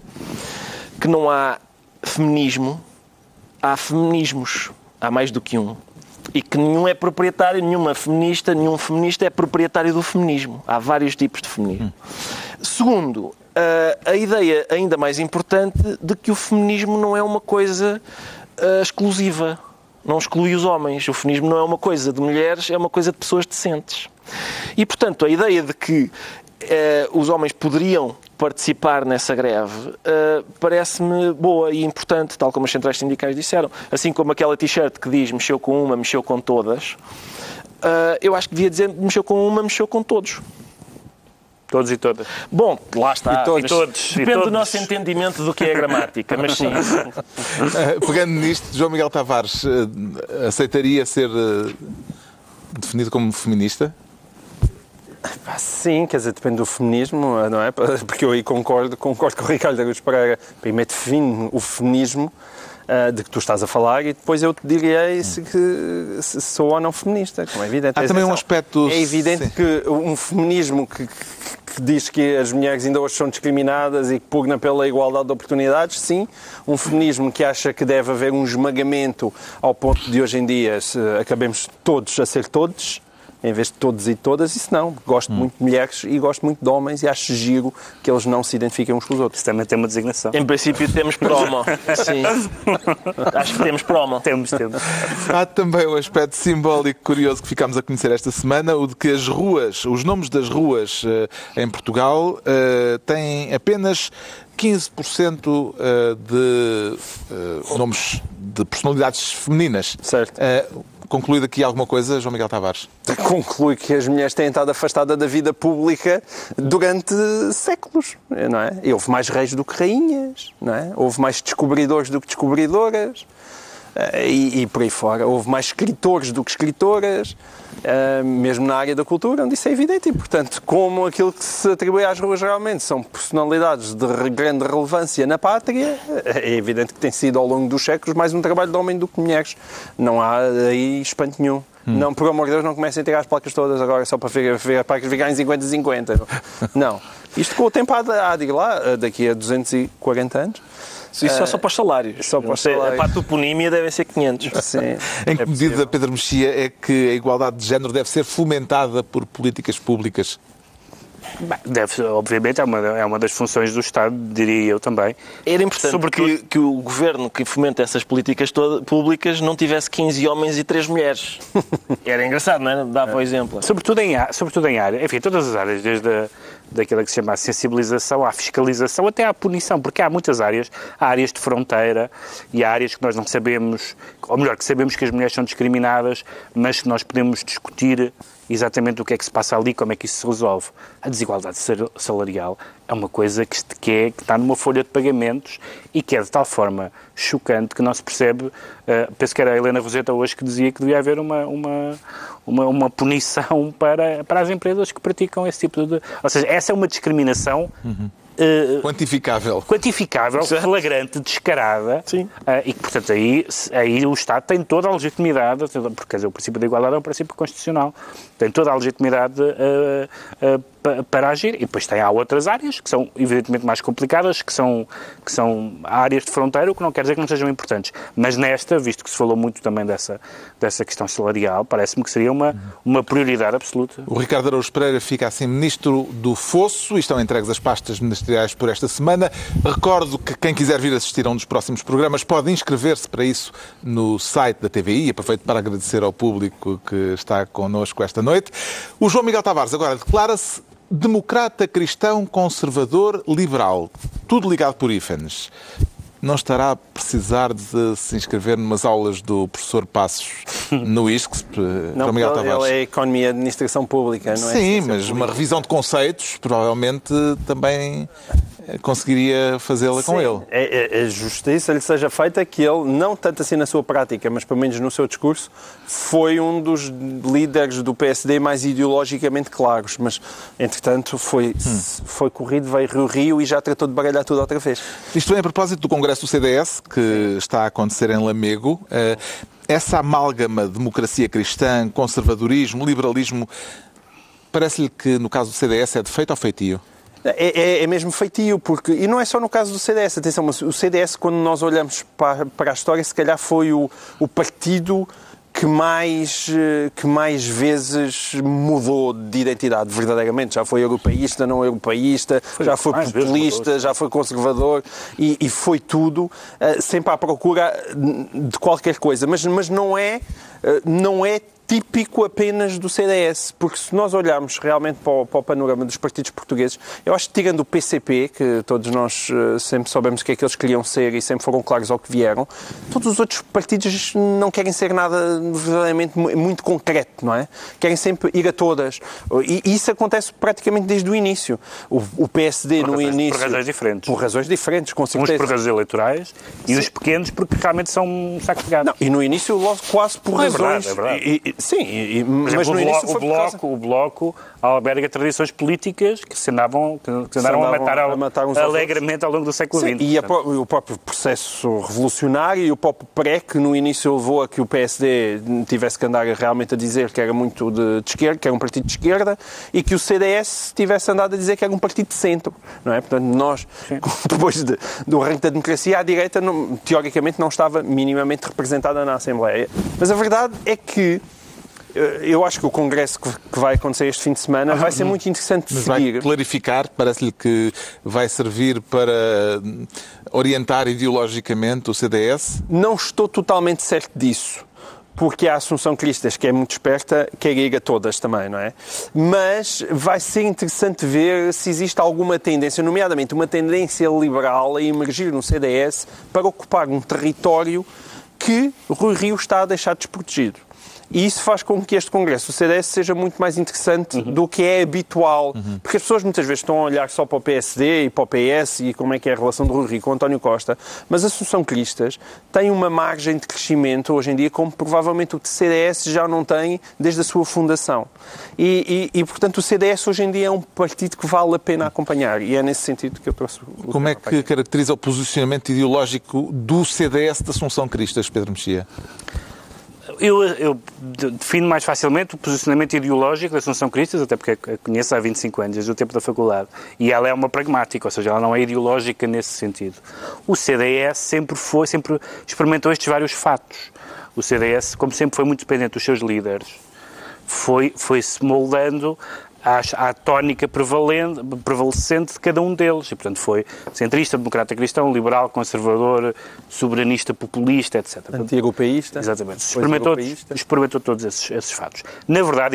que não há feminismo, há feminismos. Há mais do que um. E que nenhum feminista é proprietário do feminismo. Há vários tipos de feminismo. Segundo, a ideia ainda mais importante de que o feminismo não é uma coisa exclusiva. Não exclui os homens. O feminismo não é uma coisa de mulheres, é uma coisa de pessoas decentes. E, portanto, a ideia de que os homens poderiam participar nessa greve parece-me boa e importante, tal como as centrais sindicais disseram. Assim como aquela t-shirt que diz mexeu com uma, mexeu com todas, eu acho que devia dizer mexeu com uma, mexeu com todos. Todos e todas. Bom, lá está. E todos. Depende do nosso entendimento do que é gramática, mas sim. Pegando nisto, João Miguel Tavares aceitaria ser definido como feminista? Sim, quer dizer, depende do feminismo, não é? Porque eu aí concordo com o Ricardo Araújo Pereira. Primeiro define o feminismo de que tu estás a falar e depois eu te direi se sou ou não feminista, como é evidente. Há também um aspecto... É evidente que um feminismo que diz que as mulheres ainda hoje são discriminadas e que pugna pela igualdade de oportunidades, sim. Um feminismo que acha que deve haver um esmagamento ao ponto de hoje em dia acabemos todos a ser todos, em vez de todos e todas, isso não. Gosto muito de mulheres e gosto muito de homens e acho giro que eles não se identifiquem uns com os outros. Isso também tem uma designação. Em princípio temos promo. Sim. Acho que temos promo. Temos. Há também um aspecto simbólico curioso que ficámos a conhecer esta semana, o de que as ruas, os nomes das ruas em Portugal têm apenas 15% de nomes de personalidades femininas. Certo. Concluído aqui alguma coisa, João Miguel Tavares? Conclui que as mulheres têm estado afastadas da vida pública durante séculos, não é? E houve mais reis do que rainhas, não é? Houve mais descobridores do que descobridoras e por aí fora. Houve mais escritores do que escritoras, mesmo na área da cultura, onde isso é evidente. E, portanto, como aquilo que se atribui às ruas geralmente são personalidades de grande relevância na pátria, é evidente que tem sido ao longo dos séculos mais um trabalho de homem do que mulheres. Não há aí espanto nenhum. Não, por amor de Deus, não comecem a tirar as placas todas agora só para ver as placas ficarem 50-50. Não. Isto com o tempo digo lá, daqui a 240 anos. Isso só para os salários. Só para os salários. A para a toponímia devem ser 500. Sim. Em que medida, Pedro Mexia, é que a igualdade de género deve ser fomentada por políticas públicas? Obviamente, é uma das funções do Estado, diria eu também. Era importante que o governo que fomenta essas políticas públicas não tivesse 15 homens e 3 mulheres. Era engraçado, não é? Dava o exemplo. Sobretudo em área, enfim, todas as áreas, desde daquela que se chama a sensibilização, à fiscalização, até à punição, porque há muitas áreas, há áreas de fronteira e há áreas que nós não sabemos, ou melhor, que sabemos que as mulheres são discriminadas, mas que nós podemos discutir exatamente o que é que se passa ali, como é que isso se resolve. A desigualdade salarial é uma coisa que está numa folha de pagamentos e que é de tal forma chocante que não se percebe. Penso que era a Helena Roseta hoje que dizia que devia haver uma punição para as empresas que praticam esse tipo de... Ou seja, essa é uma discriminação... Quantificável, flagrante, descarada. Sim. E que, portanto, aí o Estado tem toda a legitimidade, porque quer dizer, o princípio da igualdade é um princípio constitucional, tem toda a legitimidade para agir. E depois há outras áreas que são evidentemente mais complicadas, que são áreas de fronteira, o que não quer dizer que não sejam importantes. Mas nesta, visto que se falou muito também dessa questão salarial, parece-me que seria uma prioridade absoluta. O Ricardo Araújo Pereira fica assim Ministro do Fosso e estão entregues as pastas ministeriais por esta semana. Recordo que quem quiser vir assistir a um dos próximos programas pode inscrever-se para isso no site da TVI. Aproveito para agradecer ao público que está connosco esta noite. O João Miguel Tavares agora declara-se democrata, cristão, conservador, liberal. Tudo ligado por hífenes. Não estará a precisar de se inscrever numas aulas do professor Passos no ISCSP, João Miguel Tavares? Ele é Economia e Administração Pública, não é? Sim, mas uma revisão de conceitos provavelmente também conseguiria fazê-la com ele. A justiça lhe seja feita que ele, não tanto assim na sua prática, mas pelo menos no seu discurso, foi um dos líderes do PSD mais ideologicamente claros, mas entretanto foi corrido, veio Rio e já tratou de baralhar tudo outra vez. Isto é a propósito do Congresso do CDS, que está a acontecer em Lamego. Essa amálgama de democracia cristã, conservadorismo, liberalismo, parece-lhe que no caso do CDS é defeito ou feitio? É mesmo feitio, porque, e não é só no caso do CDS, atenção, mas o CDS, quando nós olhamos para a história, se calhar foi o partido que mais vezes mudou de identidade verdadeiramente. Já foi europeísta, não europeísta, já foi populista, já foi conservador e foi tudo, sempre à procura de qualquer coisa. Mas não é típico apenas do CDS, porque se nós olharmos realmente para o panorama dos partidos portugueses, eu acho que tirando o PCP, que todos nós sempre soubemos o que é que eles queriam ser e sempre foram claros ao que vieram, todos os outros partidos não querem ser nada verdadeiramente muito concreto, não é? Querem sempre ir a todas. E isso acontece praticamente desde o início. O PSD no início... Por razões diferentes. Por razões diferentes, com certeza. Uns por razões eleitorais e os pequenos porque realmente são um saco de gado. Não, e no início logo quase por razões... É verdade. Sim, mas exemplo, no início o Bloco alberga tradições políticas que se andaram a matar alegremente ao longo do século XX. E o próprio processo revolucionário e o próprio PREC, que no início levou a que o PSD tivesse que andar realmente a dizer que era muito de esquerda, que era um partido de esquerda, e que o CDS tivesse andado a dizer que era um partido de centro. Não é? Portanto, nós, depois do arranque da democracia, a direita, teoricamente, não estava minimamente representada na Assembleia. Mas a verdade é que eu acho que o congresso que vai acontecer este fim de semana vai ser muito interessante de seguir. Vai clarificar, parece-lhe que vai servir para orientar ideologicamente o CDS? Não estou totalmente certo disso, porque a Assunção Cristas, que é muito esperta, quer ir a todas também, não é? Mas vai ser interessante ver se existe alguma tendência, nomeadamente uma tendência liberal a emergir no CDS para ocupar um território que Rui Rio está a deixar desprotegido. E isso faz com que este Congresso, o CDS, seja muito mais interessante do que é habitual. Porque as pessoas muitas vezes estão a olhar só para o PSD e para o PS e como é que é a relação de Rui Rio com António Costa. Mas a Assunção Cristas tem uma margem de crescimento hoje em dia como provavelmente o CDS já não tem desde a sua fundação. E portanto, o CDS hoje em dia é um partido que vale a pena acompanhar. E é nesse sentido que eu trouxe o Como é que caracteriza o posicionamento ideológico do CDS da Assunção Cristas, Pedro Mexia? Eu defino mais facilmente o posicionamento ideológico da Assunção Cristas, até porque a conheço há 25 anos, desde o tempo da faculdade. E ela é uma pragmática, ou seja, ela não é ideológica nesse sentido. O CDS sempre experimentou estes vários fatos. O CDS, como sempre foi muito dependente dos seus líderes, foi-se moldando à tónica prevalecente de cada um deles. E, portanto, foi centrista, democrata cristão, liberal, conservador, soberanista, populista, etc. Anti-europeísta. Exatamente. Experimentou todos esses fatos. Na verdade,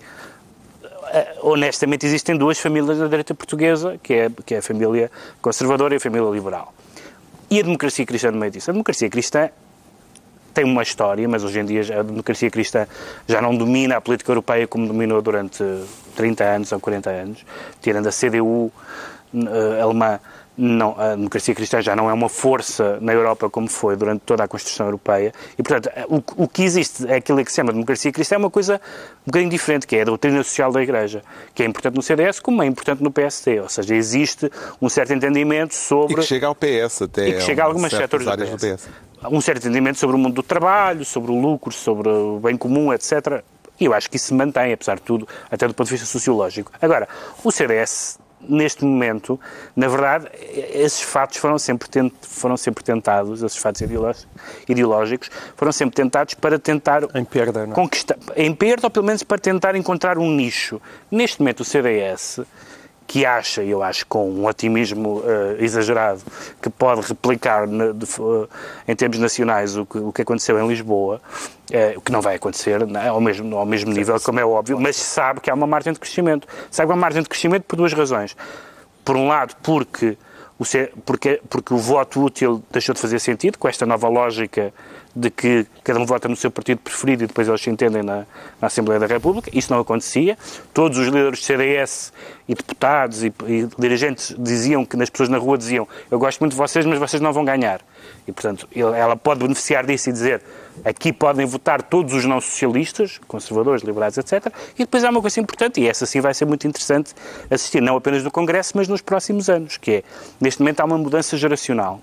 honestamente, existem duas famílias da direita portuguesa, que é a família conservadora e a família liberal. E a democracia cristã no meio disso. A democracia cristã tem uma história, mas hoje em dia a democracia cristã já não domina a política europeia como dominou durante 30 anos ou 40 anos. Tirando a CDU alemã, a democracia cristã já não é uma força na Europa como foi durante toda a construção europeia. E, portanto, o que existe, é aquilo que se chama democracia cristã, é uma coisa um bocadinho diferente, que é a doutrina social da Igreja, que é importante no CDS como é importante no PSD. Ou seja, existe um certo entendimento sobre... E que chega ao PS até. E que chega a algumas setores do PS. Um certo entendimento sobre o mundo do trabalho, sobre o lucro, sobre o bem comum, etc. E eu acho que isso se mantém, apesar de tudo, até do ponto de vista sociológico. Agora, o CDS, neste momento, na verdade, esses fatos foram sempre tentados, esses fatos ideológicos, foram sempre tentados para tentar em perda, não é? Conquistar, em perda, ou pelo menos para tentar encontrar um nicho. Neste momento, o CDS... que acha, eu acho com um otimismo exagerado, que pode replicar em termos nacionais o que aconteceu em Lisboa, o que não vai acontecer ao mesmo nível, como é óbvio, mas sabe que há uma margem de crescimento. Sabe que há uma margem de crescimento por duas razões. Por um lado, porque o voto útil deixou de fazer sentido, com esta nova lógica de que cada um vota no seu partido preferido e depois eles se entendem na Assembleia da República. Isso não acontecia. Todos os líderes do CDS e deputados e dirigentes diziam que, as pessoas na rua diziam: eu gosto muito de vocês, mas vocês não vão ganhar. E, portanto, ela pode beneficiar disso e dizer: aqui podem votar todos os não-socialistas, conservadores, liberais, etc. E depois há uma coisa importante, e essa sim vai ser muito interessante assistir, não apenas no Congresso, mas nos próximos anos, que é, neste momento há uma mudança geracional,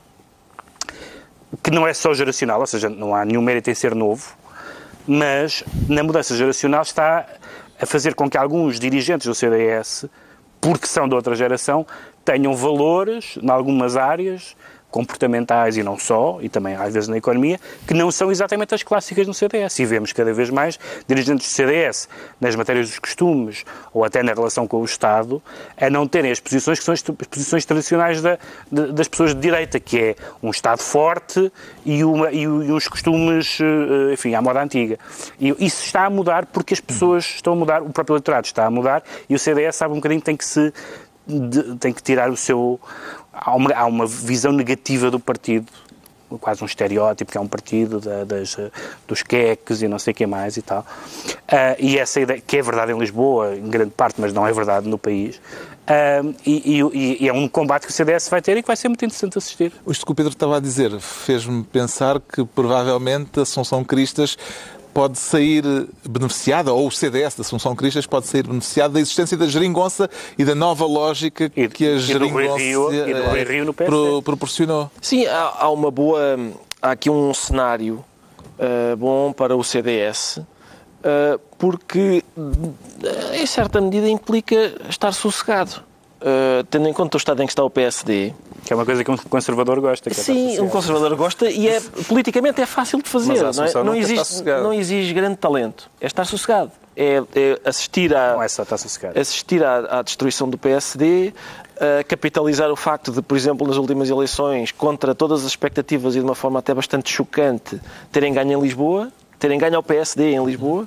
que não é só geracional, ou seja, não há nenhum mérito em ser novo, mas na mudança geracional está a fazer com que alguns dirigentes do CDS, porque são de outra geração, tenham valores, em algumas áreas, comportamentais e não só, e também às vezes na economia, que não são exatamente as clássicas no CDS. E vemos cada vez mais dirigentes do CDS, nas matérias dos costumes ou até na relação com o Estado, a não terem as posições que são as posições tradicionais das pessoas de direita, que é um Estado forte e uns costumes, enfim, à moda antiga. E isso está a mudar porque as pessoas estão a mudar, o próprio eleitorado está a mudar e o CDS sabe um bocadinho que tem que tirar o seu... Há uma visão negativa do partido, quase um estereótipo, que é um partido dos queques e não sei o que mais e tal. E essa ideia, que é verdade em Lisboa, em grande parte, mas não é verdade no país, e é um combate que o CDS vai ter e que vai ser muito interessante assistir. Isto que o Pedro estava a dizer fez-me pensar que provavelmente a Assunção Cristas pode sair beneficiada, ou o CDS da Assunção Cristas pode sair beneficiado da existência da geringonça e da nova lógica que a geringonça proporcionou. Sim, há aqui um cenário bom para o CDS, porque em certa medida implica estar sossegado. Tendo em conta o estado em que está o PSD... Que é uma coisa que um conservador gosta. Sim, um conservador gosta e politicamente é fácil de fazer. Não exige grande talento. É estar sossegado. É assistir não é só estar sossegado. Assistir à destruição do PSD, capitalizar o facto de, por exemplo, nas últimas eleições, contra todas as expectativas e de uma forma até bastante chocante, terem ganho em Lisboa, terem ganho ao PSD em Lisboa.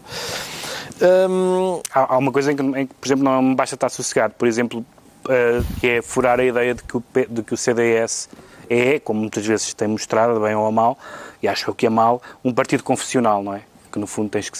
Há uma coisa em que, por exemplo, não me basta estar sossegado. Por exemplo, que é furar a ideia de que o CDS é, como muitas vezes tem mostrado, bem ou a mal, e acho que é mal, um partido confessional, não é? Que no fundo tens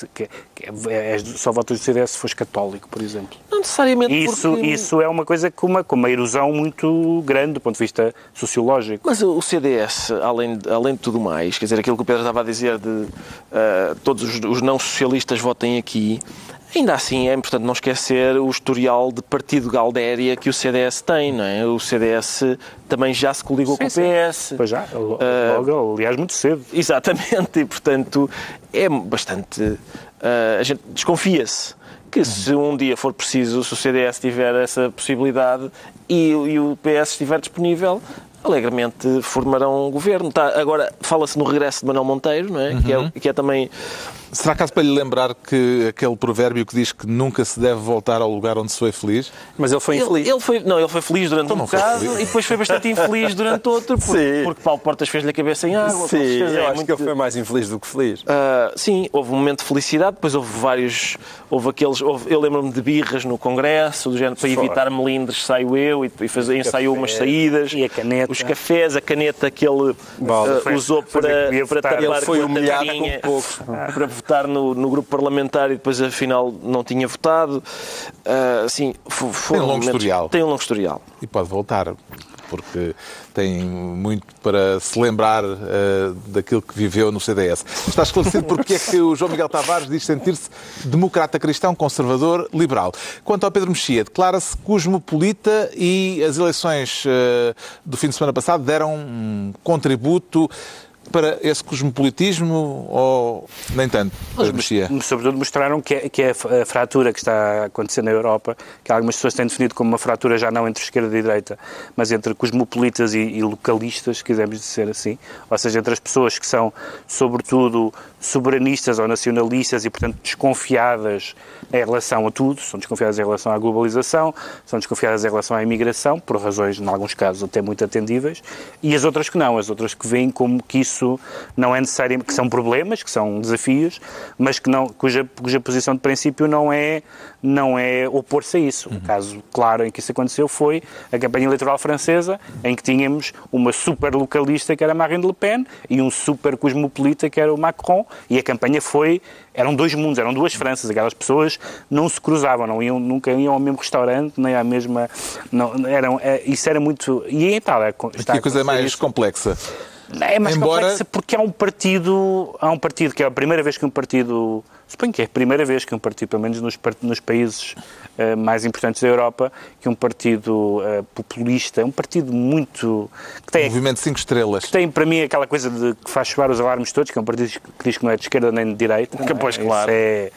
só votas do CDS se fores católico, por exemplo. Não necessariamente Isso é uma coisa com uma erosão muito grande do ponto de vista sociológico. Mas o CDS, além de tudo mais, quer dizer, aquilo que o Pedro estava a dizer de todos os não socialistas votem aqui, ainda assim é importante não esquecer o historial de partido Galdéria que o CDS tem, não é? O CDS também já se coligou com o PS. Pois já, logo, aliás, muito cedo. Exatamente, e portanto é bastante... a gente desconfia-se que se um dia for preciso, se o CDS tiver essa possibilidade e o PS estiver disponível, alegremente formarão um governo. Agora, fala-se no regresso de Manuel Monteiro, não é? Que é também... Será caso para lhe lembrar que aquele provérbio que diz que nunca se deve voltar ao lugar onde se foi feliz? Mas ele foi infeliz. Ele foi feliz durante um bocado e depois foi bastante infeliz durante outro, porque Paulo Portas fez-lhe a cabeça em água. Sim, eu acho que ele foi mais infeliz do que feliz. Sim, houve um momento de felicidade, depois houve vários... eu lembro-me de birras no Congresso, do género, para evitar melindres, saio eu, e ensaiou umas saídas. E a caneta. Os cafés, a caneta que ele usou para tapar. Ele foi humilhado com poucos. Para votar no grupo parlamentar e depois afinal não tinha votado. Sim, tem um longo historial. Tem um longo historial. E pode voltar, porque tem muito para se lembrar daquilo que viveu no CDS. Está esclarecido porque é que o João Miguel Tavares diz sentir-se democrata cristão, conservador, liberal. Quanto ao Pedro Mexia, declara-se cosmopolita e as eleições do fim de semana passado deram um contributo para esse cosmopolitismo ou nem tanto? Sobretudo mostraram que é a fratura que está a acontecer na Europa, que algumas pessoas têm definido como uma fratura já não entre esquerda e direita, mas entre cosmopolitas e localistas, se quisermos dizer assim, ou seja, entre as pessoas que são, sobretudo, soberanistas ou nacionalistas e, portanto, desconfiadas em relação a tudo, são desconfiadas em relação à globalização, são desconfiadas em relação à imigração, por razões, em alguns casos, até muito atendíveis, e as outras que não, as outras que veem como que isso não é necessário, que são problemas, que são desafios, mas que não, cuja posição de princípio não é opor-se a isso. O caso claro em que isso aconteceu foi a campanha eleitoral francesa, em que tínhamos uma super localista que era Marine Le Pen e um super cosmopolita que era o Macron, e a campanha eram dois mundos, eram duas Franças, aquelas pessoas não se cruzavam, nunca iam ao mesmo restaurante, nem à mesma... isso era muito... E em Itália... Aqui a coisa é mais complexa. É mais complexa porque há um partido que é a primeira vez que um partido, suponho que é a primeira vez que um partido, pelo menos nos países mais importantes da Europa, que um partido populista, um partido muito... que tem, Movimento 5 estrelas. Que tem para mim aquela coisa que faz chorar os alarmes todos, que é um partido que diz que não é de esquerda nem de direita. Pois, claro.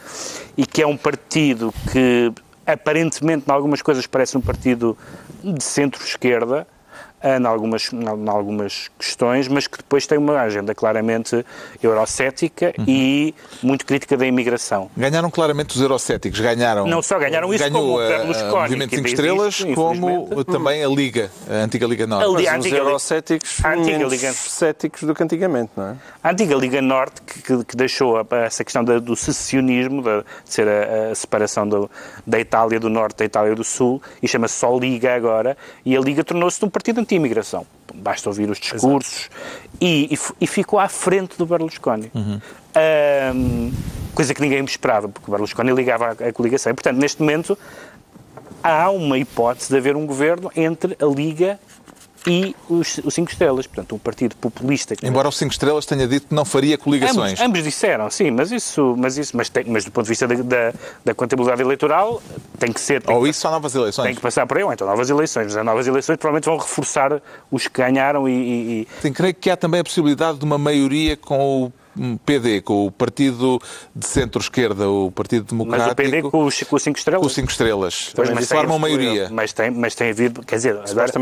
E que é um partido que aparentemente, em algumas coisas, parece um partido de centro-esquerda, em algumas questões, mas que depois tem uma agenda claramente eurocética e muito crítica da imigração. Ganharam claramente os eurocéticos. Não só ganharam isso, como o Berlusconi. O Movimento 5 Estrelas, como também a Liga, a antiga Liga Norte. Mas os eurocéticos menos céticos do que antigamente, não é? A antiga Liga Norte, que deixou essa questão do secessionismo, de ser a separação da Itália do Norte da Itália do Sul, e chama-se só Liga agora, e a Liga tornou-se um partido anti-imigração. Basta ouvir os discursos, e ficou à frente do Berlusconi. Coisa que ninguém esperava, porque o Berlusconi ligava a coligação. E, portanto, neste momento, há uma hipótese de haver um governo entre a Liga e os 5 Estrelas, portanto, um partido populista. Embora os 5 Estrelas tenha dito que não faria coligações. Ambos disseram, sim, mas do ponto de vista da contabilidade eleitoral, tem que ser... Ou isso só novas eleições. Tem que passar por aí, ou então novas eleições. Mas as novas eleições provavelmente vão reforçar os que ganharam e... Sim, creio que há também a possibilidade de uma maioria com o PD, com o Partido de Centro-Esquerda, o Partido Democrático... Mas o PD com os 5 Estrelas? Com os 5 Estrelas. Mas formam maioria. Mas tem havido... Quer dizer,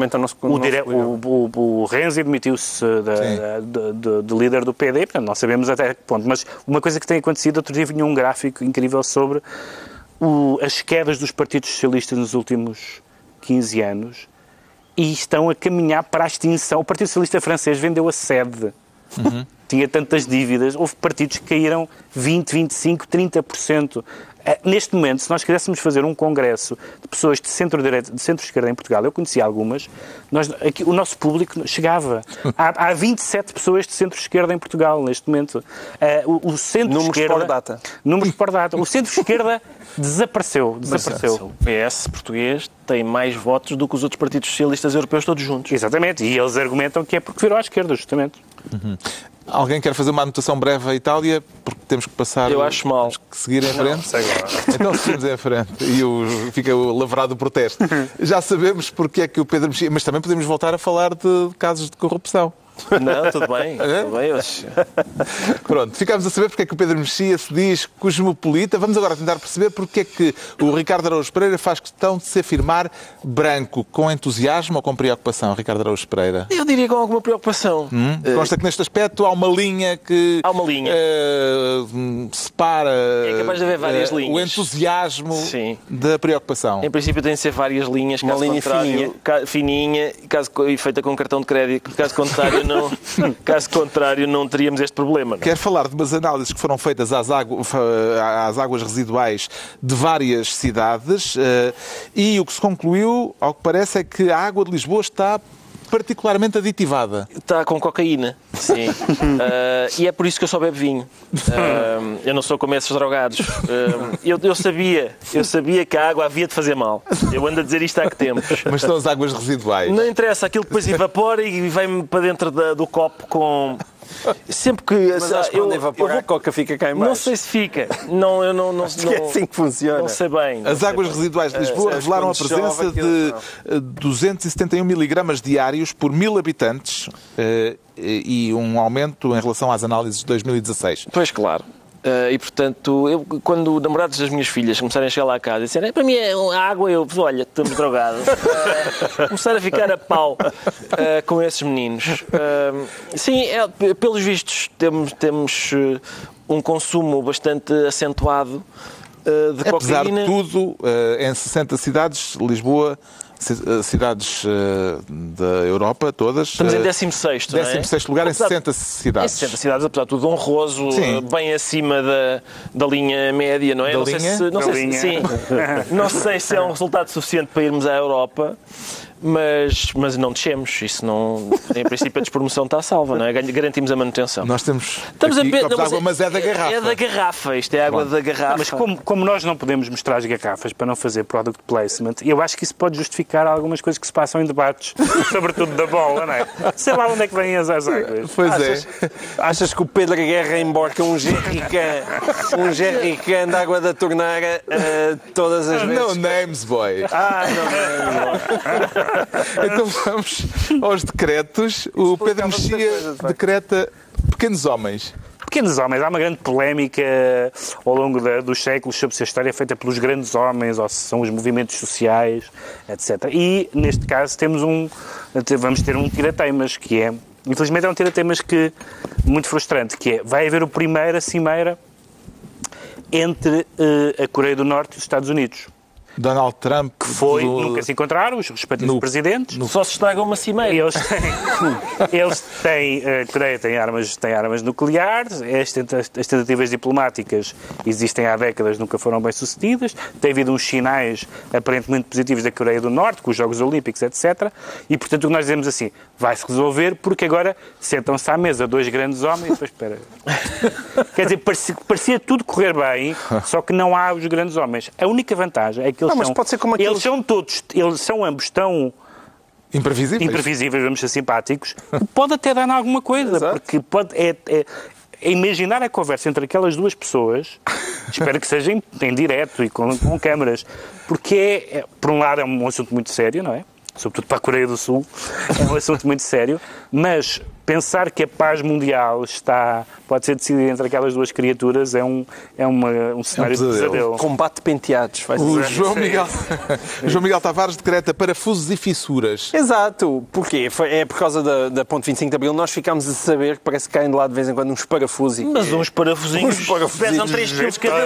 o Renzi demitiu-se de líder do PD, portanto, não sabemos até que ponto. Mas uma coisa que tem acontecido, outro dia vinha um gráfico incrível sobre as quedas dos partidos socialistas nos últimos 15 anos e estão a caminhar para a extinção. O Partido Socialista Francês vendeu a sede. Tinha tantas dívidas, houve partidos que caíram 20, 25, 30%. Neste momento, se nós quiséssemos fazer um congresso de pessoas de centro-direita, de centro-esquerda em Portugal, eu conhecia algumas, o nosso público chegava. Há 27 pessoas de centro-esquerda em Portugal, neste momento. O centro-esquerda... Números por data. O centro-esquerda desapareceu. O PS português tem mais votos do que os outros partidos socialistas europeus todos juntos. Exatamente. E eles argumentam que é porque virou à esquerda, justamente. Alguém quer fazer uma anotação breve à Itália? Porque temos que passar... Eu acho mal. Temos que seguir em frente. Então seguimos em frente. E fica lavrado o protesto. Já sabemos porque é que o Pedro Mexia... Mas também podemos voltar a falar de casos de corrupção. Não, tudo bem. Pronto, ficámos a saber porque é que o Pedro Mexia se diz cosmopolita. Vamos agora tentar perceber porque é que o Ricardo Araújo Pereira faz questão de se afirmar branco, com entusiasmo ou com preocupação, Ricardo Araújo Pereira? Eu diria com alguma preocupação. Consta que neste aspecto há uma linha que... Há uma linha. Separa é capaz de haver várias linhas. O entusiasmo da preocupação. Em princípio tem de ser várias linhas. Uma linha fininha e feita com cartão de crédito. Caso contrário, não teríamos este problema. Não? Quero falar de umas análises que foram feitas às águas residuais de várias cidades e o que se concluiu, ao que parece, é que a água de Lisboa está particularmente aditivada. Está com cocaína, sim. E é por isso que eu só bebo vinho. Eu não sou como esses drogados. Eu sabia que a água havia de fazer mal. Eu ando a dizer isto há que tempos. Mas são as águas residuais. Não interessa, aquilo depois evapora e vem para dentro do copo com... Sempre que... Mas acho que quando evaporar a coca fica cá em baixo. Não sei se fica. Eu não é assim que funciona. Não sei bem. As águas residuais de Lisboa revelaram a presença de 271 miligramas diários por 1000 habitantes e um aumento em relação às análises de 2016. Pois, claro. E, portanto, quando namorados das minhas filhas começarem a chegar lá a casa e disserem para mim é água, eu olha, estamos drogados. Começar a ficar a pau com esses meninos. Sim, pelos vistos, temos um consumo bastante acentuado de cocaína. Apesar de tudo, em 60 cidades, Lisboa... cidades da Europa, todas. Estamos em 16º, não é? 16º lugar em 60 cidades. Em 60 cidades, apesar de tudo, honroso, bem acima da linha média, não é? Não sei se é um resultado suficiente para irmos à Europa, mas não descemos. Isso não... Em princípio, a despromoção está salva, não é? Garantimos a manutenção. Nós temos aqui copos de água, mas é da garrafa. É da garrafa. Isto é água da garrafa. Mas como nós não podemos mostrar as garrafas para não fazer product placement, eu acho que isso pode justificar algumas coisas que se passam em debates, sobretudo da bola, não é? Sei lá onde é que vêm as águas. Pois Achas que o Pedro Guerra embarca um jerrycan de água da torneira todas as vezes? No names, boy. Então vamos aos decretos. O Pedro Mexia decreta pequenos homens. pequenos homens. Há uma grande polémica ao longo dos séculos sobre se a história é feita pelos grandes homens ou se são os movimentos sociais, etc. E, neste caso, vamos ter um tira-teimas, que é, infelizmente, é um tira-teimas muito frustrante, que é, vai haver a primeira cimeira entre a Coreia do Norte e os Estados Unidos. Donald Trump... Nunca se encontraram, os respectivos presidentes. Só se estraga uma cimeira. A Coreia tem armas nucleares, as tentativas diplomáticas existem há décadas, nunca foram bem sucedidas, tem havido uns sinais aparentemente positivos da Coreia do Norte, com os Jogos Olímpicos, etc. E, portanto, o que nós dizemos assim, vai-se resolver, porque agora sentam-se à mesa dois grandes homens, depois, espera... Quer dizer, parecia tudo correr bem, só que não há os grandes homens. A única vantagem é que eles são ambos tão imprevisíveis, vamos ser simpáticos, que pode até dar alguma coisa. Exato. Porque imaginar a conversa entre aquelas duas pessoas, espero que seja em direto e com câmaras, porque por um lado é um assunto muito sério, não é? Sobretudo para a Coreia do Sul, é um assunto muito sério, mas pensar que a paz mundial pode ser decidida entre aquelas duas criaturas é um cenário de pesadelo. Combate de penteados. O João Miguel Tavares decreta parafusos e fissuras. Exato. Porquê? É por causa da Ponte 25 de Abril. Nós ficámos a saber que parece que caem de lá de vez em quando uns parafusos. Mas uns parafusinhos pesam 3 quilos cada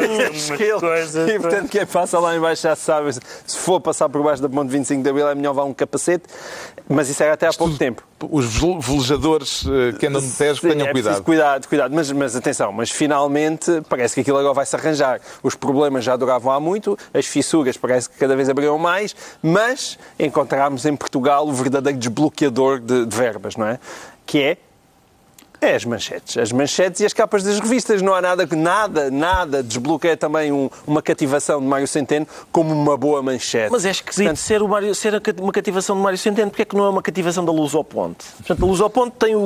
um. E portanto quem passa lá em baixo já sabe, se for passar por baixo da Ponte 25 de Abril é melhor levar um capacete. Mas isso era até há pouco tempo. Os velejadores que andam no Tejo, tenham cuidado. Cuidado, mas atenção, mas finalmente parece que aquilo agora vai-se arranjar. Os problemas já duravam há muito, as fissuras parece que cada vez abriam mais, mas encontramos em Portugal o verdadeiro desbloqueador de verbas, não é? Que é as manchetes. As manchetes e as capas das revistas. Não há nada desbloqueia também uma cativação de Mário Centeno como uma boa manchete. Mas é esquisito ser uma cativação de Mário Centeno. Porque é que não é uma cativação da Lusoponte? Portanto, a Lusoponte tem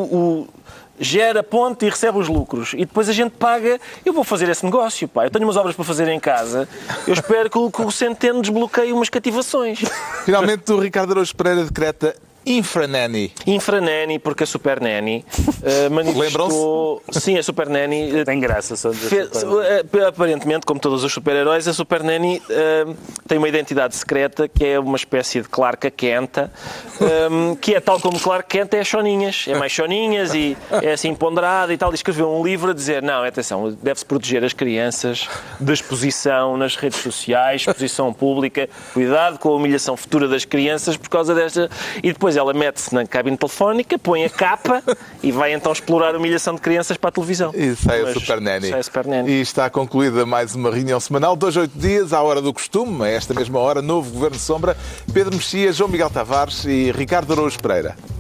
gera ponte e recebe os lucros. E depois a gente paga. Eu vou fazer esse negócio, pá. Eu tenho umas obras para fazer em casa. Eu espero que o Centeno desbloqueie umas cativações. Finalmente, o Ricardo Araújo Pereira decreta Infranani. Infranani, porque a Super Nanny manifestou... Sim, a Super Nanny... Tem graça, só dizer aparentemente, como todos os super-heróis, a Super Nanny tem uma identidade secreta que é uma espécie de Clark Kent, que é tal como Clark Kent é choninhas. É mais choninhas e é assim ponderada e tal. E escreveu um livro a dizer, não, atenção, deve-se proteger as crianças da exposição nas redes sociais, exposição pública, cuidado com a humilhação futura das crianças por causa desta... E depois ela mete-se na cabine telefónica, põe a capa e vai então explorar a humilhação de crianças para a televisão. E sai a Super Nanny. E está concluída mais uma reunião semanal, 2 a 8 dias, à hora do costume, a esta mesma hora, novo Governo Sombra, Pedro Mexia, João Miguel Tavares e Ricardo Araújo Pereira.